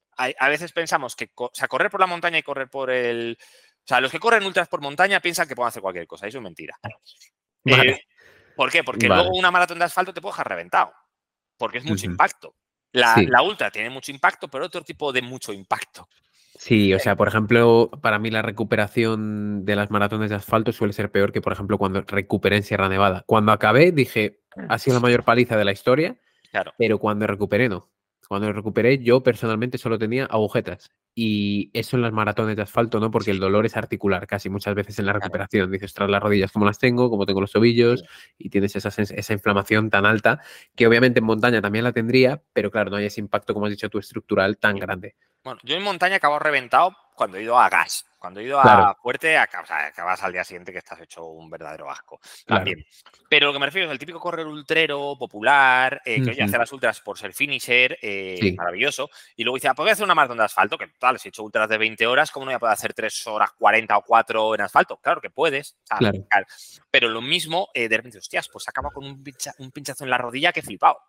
a veces pensamos que, o sea, correr por la montaña y correr por el... O sea, los que corren ultras por montaña piensan que pueden hacer cualquier cosa. Eso es mentira. Vale. Eh, ¿Por qué? Porque vale. luego una maratón de asfalto te puede dejar reventado. Porque es mucho Uh-huh. impacto. La, sí. la ultra tiene mucho impacto, pero otro tipo de mucho impacto. Sí, o sea, por ejemplo, para mí la recuperación de las maratones de asfalto suele ser peor que, por ejemplo, cuando recuperé en Sierra Nevada. Cuando acabé dije, ha sido la mayor paliza de la historia, claro. pero cuando recuperé no. Cuando recuperé, yo personalmente solo tenía agujetas. Y eso en las maratones de asfalto, ¿no? Porque el dolor es articular casi muchas veces en la recuperación. Claro. Dices, tras las rodillas, ¿cómo las tengo? ¿Cómo tengo los tobillos? Sí. Y tienes esa, esa inflamación tan alta que obviamente en montaña también la tendría, pero claro, no hay ese impacto, como has dicho tú, estructural tan grande. Bueno, yo en montaña acabo reventado cuando he ido a gas. Cuando he ido claro. a fuerte, o sea, acabas al día siguiente que estás hecho un verdadero asco. También. Claro. Pero lo que me refiero es el típico correr ultrero, popular, eh, que uh-huh. oye, hace las ultras por ser finisher, eh, sí. maravilloso. Y luego dice, ah, pues voy a hacer una maratón de asfalto, que tal, si he hecho ultras de veinte horas, ¿cómo no voy a poder hacer tres horas cuarenta o cuatro en asfalto? Claro que puedes. O sea, claro. Pero lo mismo, eh, de repente, hostias, pues acaba con un, pincha, un pinchazo en la rodilla que he flipado.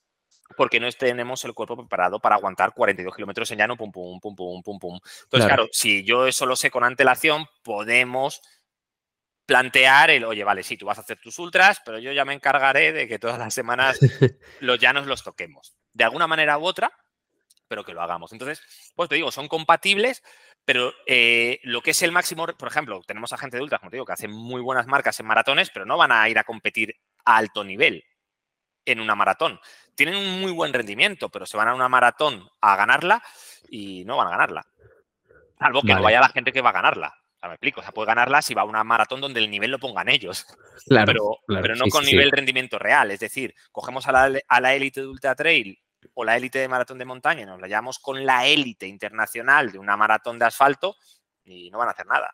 Porque no tenemos el cuerpo preparado para aguantar cuarenta y dos kilómetros en llano, pum, pum, pum, pum, pum, pum. Entonces, claro. claro, si yo eso lo sé con antelación, podemos plantear el, oye, vale, sí, tú vas a hacer tus ultras, pero yo ya me encargaré de que todas las semanas los llanos los toquemos. De alguna manera u otra, pero que lo hagamos. Entonces, pues te digo, son compatibles, pero eh, lo que es el máximo, por ejemplo, tenemos a gente de ultras, como te digo, que hacen muy buenas marcas en maratones, pero no van a ir a competir a alto nivel en una maratón. Tienen un muy buen rendimiento, pero se van a una maratón a ganarla y no van a ganarla. Salvo que vale. no vaya la gente que va a ganarla. O sea, me explico. O sea, puede ganarla si va a una maratón donde el nivel lo pongan ellos. Claro, pero, claro, pero no sí, con sí, nivel sí. rendimiento real. Es decir, cogemos a la, a la élite de ultra trail o la élite de maratón de montaña y nos la llevamos con la élite internacional de una maratón de asfalto y no van a hacer nada.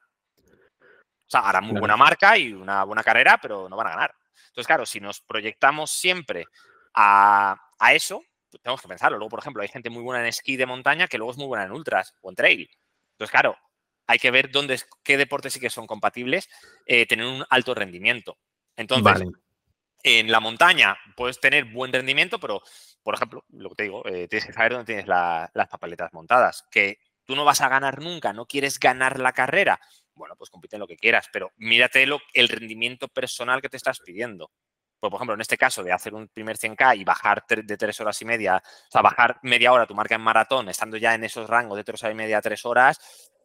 O sea, harán muy Claro. buena marca y una buena carrera, pero no van a ganar. Entonces, claro, si nos proyectamos siempre a, a eso, pues tenemos que pensarlo. Luego, por ejemplo, hay gente muy buena en esquí de montaña que luego es muy buena en ultras o en trail. Entonces, claro, hay que ver dónde, qué deportes sí que son compatibles, eh, tener un alto rendimiento. Entonces, Vale. en la montaña puedes tener buen rendimiento, pero, por ejemplo, lo que te digo, eh, tienes que saber dónde tienes la, las papeletas montadas. Que tú no vas a ganar nunca, no quieres ganar la carrera. Bueno, pues compite en lo que quieras, pero mírate lo, el rendimiento personal que te estás pidiendo. Pues, por ejemplo, en este caso de hacer un primer cien K y bajar de tres horas y media, o sea, bajar media hora tu marca en maratón, estando ya en esos rangos de tres horas y media a tres horas,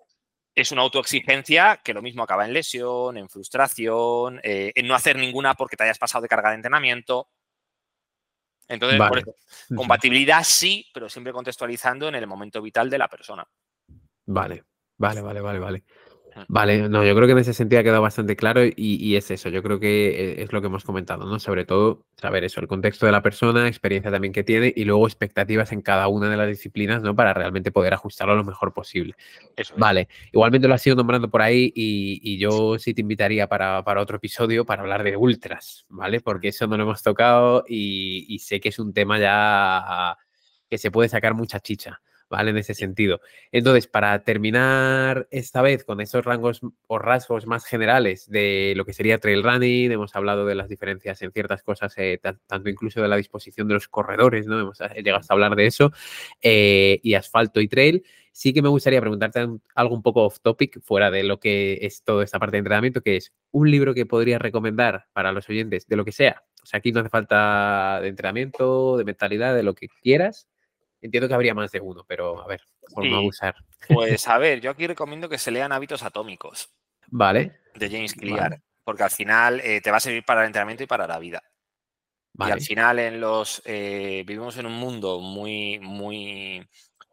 es una autoexigencia que lo mismo acaba en lesión, en frustración, eh, en no hacer ninguna porque te hayas pasado de carga de entrenamiento. Entonces, vale. por eso, compatibilidad sí, pero siempre contextualizando en el momento vital de la persona. Vale, vale, vale, vale, vale. Vale, no, yo creo que en ese sentido ha quedado bastante claro y, y es eso, yo creo que es lo que hemos comentado, ¿no? Sobre todo saber eso, el contexto de la persona, experiencia también que tiene y luego expectativas en cada una de las disciplinas, ¿no? Para realmente poder ajustarlo lo mejor posible. Eso es. Vale, igualmente lo has ido nombrando por ahí y, y yo sí te invitaría para, para otro episodio para hablar de ultras, ¿vale? Porque eso no lo hemos tocado y, y sé que es un tema ya que se puede sacar mucha chicha. ¿Vale? En ese sentido. Entonces, para terminar esta vez con esos rangos o rasgos más generales de lo que sería trail running, hemos hablado de las diferencias en ciertas cosas, eh, tanto incluso de la disposición de los corredores, ¿no? Hemos llegado hasta hablar de eso, eh, y asfalto y trail. Sí que me gustaría preguntarte algo un poco off topic, fuera de lo que es toda esta parte de entrenamiento, que es un libro que podrías recomendar para los oyentes de lo que sea. O sea, aquí no hace falta de entrenamiento, de mentalidad, de lo que quieras. Entiendo que habría más de uno, pero a ver, por sí, no abusar. Pues a ver, yo aquí recomiendo que se lean Hábitos Atómicos. Vale. De James Clear, Vale. porque al final eh, te va a servir para el entrenamiento y para la vida. Vale. Y al final en los eh, vivimos en un mundo muy, muy...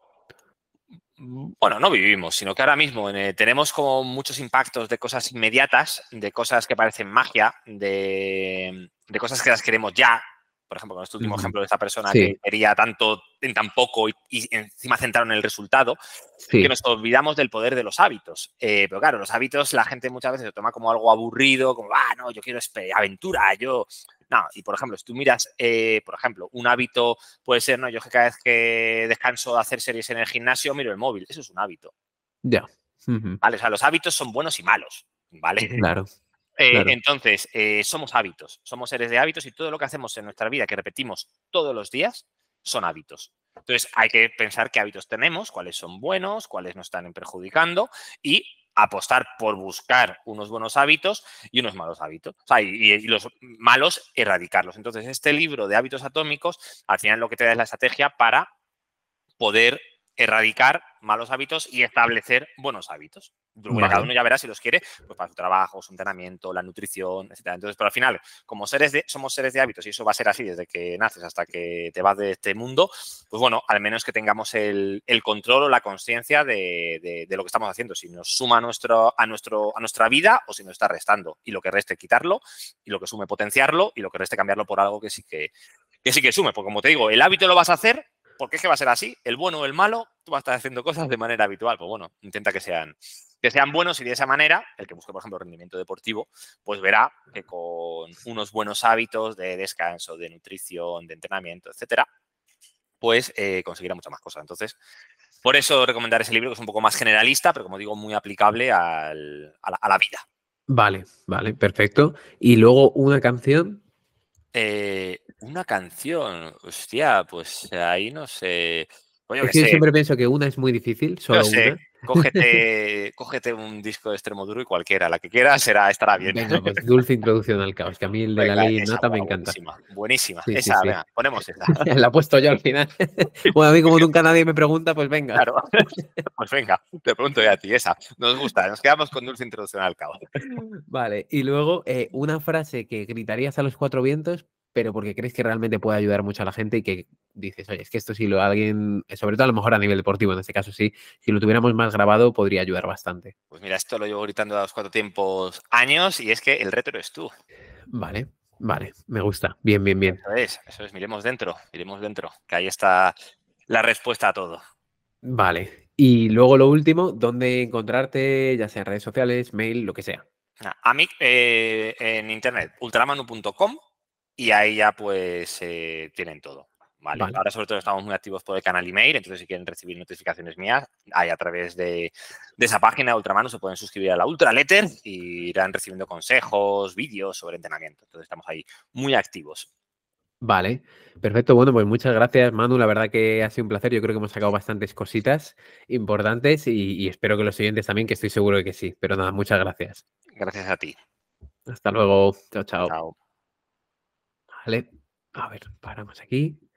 Bueno, no vivimos, sino que ahora mismo eh, tenemos como muchos impactos de cosas inmediatas, de cosas que parecen magia, de, de cosas que las queremos ya. Por ejemplo, con este último uh-huh. ejemplo de esta persona sí. que quería tanto en tan poco y, y encima centraron en el resultado, sí. que nos olvidamos del poder de los hábitos. Eh, pero claro, los hábitos la gente muchas veces lo toma como algo aburrido, como, ah, no, yo quiero aventura, yo... No, y por ejemplo, si tú miras, eh, por ejemplo, un hábito puede ser, no, yo que cada vez que descanso de hacer series en el gimnasio miro el móvil. Eso es un hábito. Ya. Yeah. Uh-huh. Vale, o sea, los hábitos son buenos y malos, ¿vale? Claro. Eh, claro. Entonces, eh, somos hábitos, somos seres de hábitos y todo lo que hacemos en nuestra vida que repetimos todos los días son hábitos. Entonces, hay que pensar qué hábitos tenemos, cuáles son buenos, cuáles nos están perjudicando y apostar por buscar unos buenos hábitos y unos malos hábitos. O sea, y, y los malos, erradicarlos. Entonces, este libro de Hábitos Atómicos, al final lo que te da es la estrategia para poder erradicar malos hábitos y establecer buenos hábitos. Vale. Cada uno ya verá si los quiere, pues para su trabajo, su entrenamiento, la nutrición, etcétera. Entonces, pero al final, como seres de, somos seres de hábitos y eso va a ser así desde que naces hasta que te vas de este mundo, pues bueno, al menos que tengamos el, el control o la conciencia de, de, de lo que estamos haciendo, si nos suma a, nuestro, a, nuestro, a nuestra vida o si nos está restando. Y lo que reste quitarlo, y lo que sume potenciarlo, y lo que reste cambiarlo por algo que sí que, que sí que sume. Porque como te digo, el hábito lo vas a hacer porque es que va a ser así, el bueno o el malo, tú vas a estar haciendo cosas de manera habitual. Pues bueno, intenta que sean, que sean buenos y de esa manera, el que busque, por ejemplo, rendimiento deportivo, pues verá que con unos buenos hábitos de descanso, de nutrición, de entrenamiento, etcétera, pues eh, conseguirá muchas más cosas. Entonces, por eso recomendar ese libro, que es un poco más generalista, pero como digo, muy aplicable al, a, la, a la vida. Vale, vale, perfecto. Y luego una canción. Eh, una canción, hostia, pues ahí no sé. Pues yo Es qué que yo sé, siempre pienso que una es muy difícil, yo solo sé, una. cógete, cógete un disco de extremo duro y cualquiera, la que quieras será, estará bien. Venga, pues Dulce Introducción al Caos, que a mí el de la Venga, ley esa, innata me buena, encanta. buenísima, buenísima. Sí, sí, Esa, sí. venga, ponemos esa. La he puesto yo al final. Bueno, a mí como nunca nadie me pregunta, pues venga. Claro, pues venga, te pregunto ya a ti, esa. Nos gusta, nos quedamos con Dulce Introducción al Caos. Vale, y luego eh, una frase que gritarías a los cuatro vientos, pero porque crees que realmente puede ayudar mucho a la gente y que dices, oye, es que esto si lo alguien, sobre todo a lo mejor a nivel deportivo, en este caso sí, si lo tuviéramos más grabado podría ayudar bastante. Pues mira, esto lo llevo gritando a los cuatro tiempos años y es que el reto eres tú. Vale, vale, me gusta. Bien, bien, bien. Eso es, eso es, miremos dentro, miremos dentro, que ahí está la respuesta a todo. Vale. Y luego lo último, ¿dónde encontrarte, ya sea en redes sociales, mail, lo que sea? Nah, A mí eh, en internet, ultramanu punto com y ahí ya pues eh, tienen todo. Vale. Vale. Ahora sobre todo estamos muy activos por el canal email, entonces si quieren recibir notificaciones mías, ahí a través de, de esa página de Ultramanu se pueden suscribir a la Ultraletter y irán recibiendo consejos, vídeos sobre entrenamiento. Entonces estamos ahí muy activos. Vale, perfecto. Bueno, pues muchas gracias, Manu. La verdad que ha sido un placer. Yo creo que hemos sacado bastantes cositas importantes y, y espero que los siguientes también, que estoy seguro de que sí. Pero nada, muchas gracias. Gracias a ti. Hasta luego. Chao, Chao, chao. chao. Vale. A ver, paramos aquí.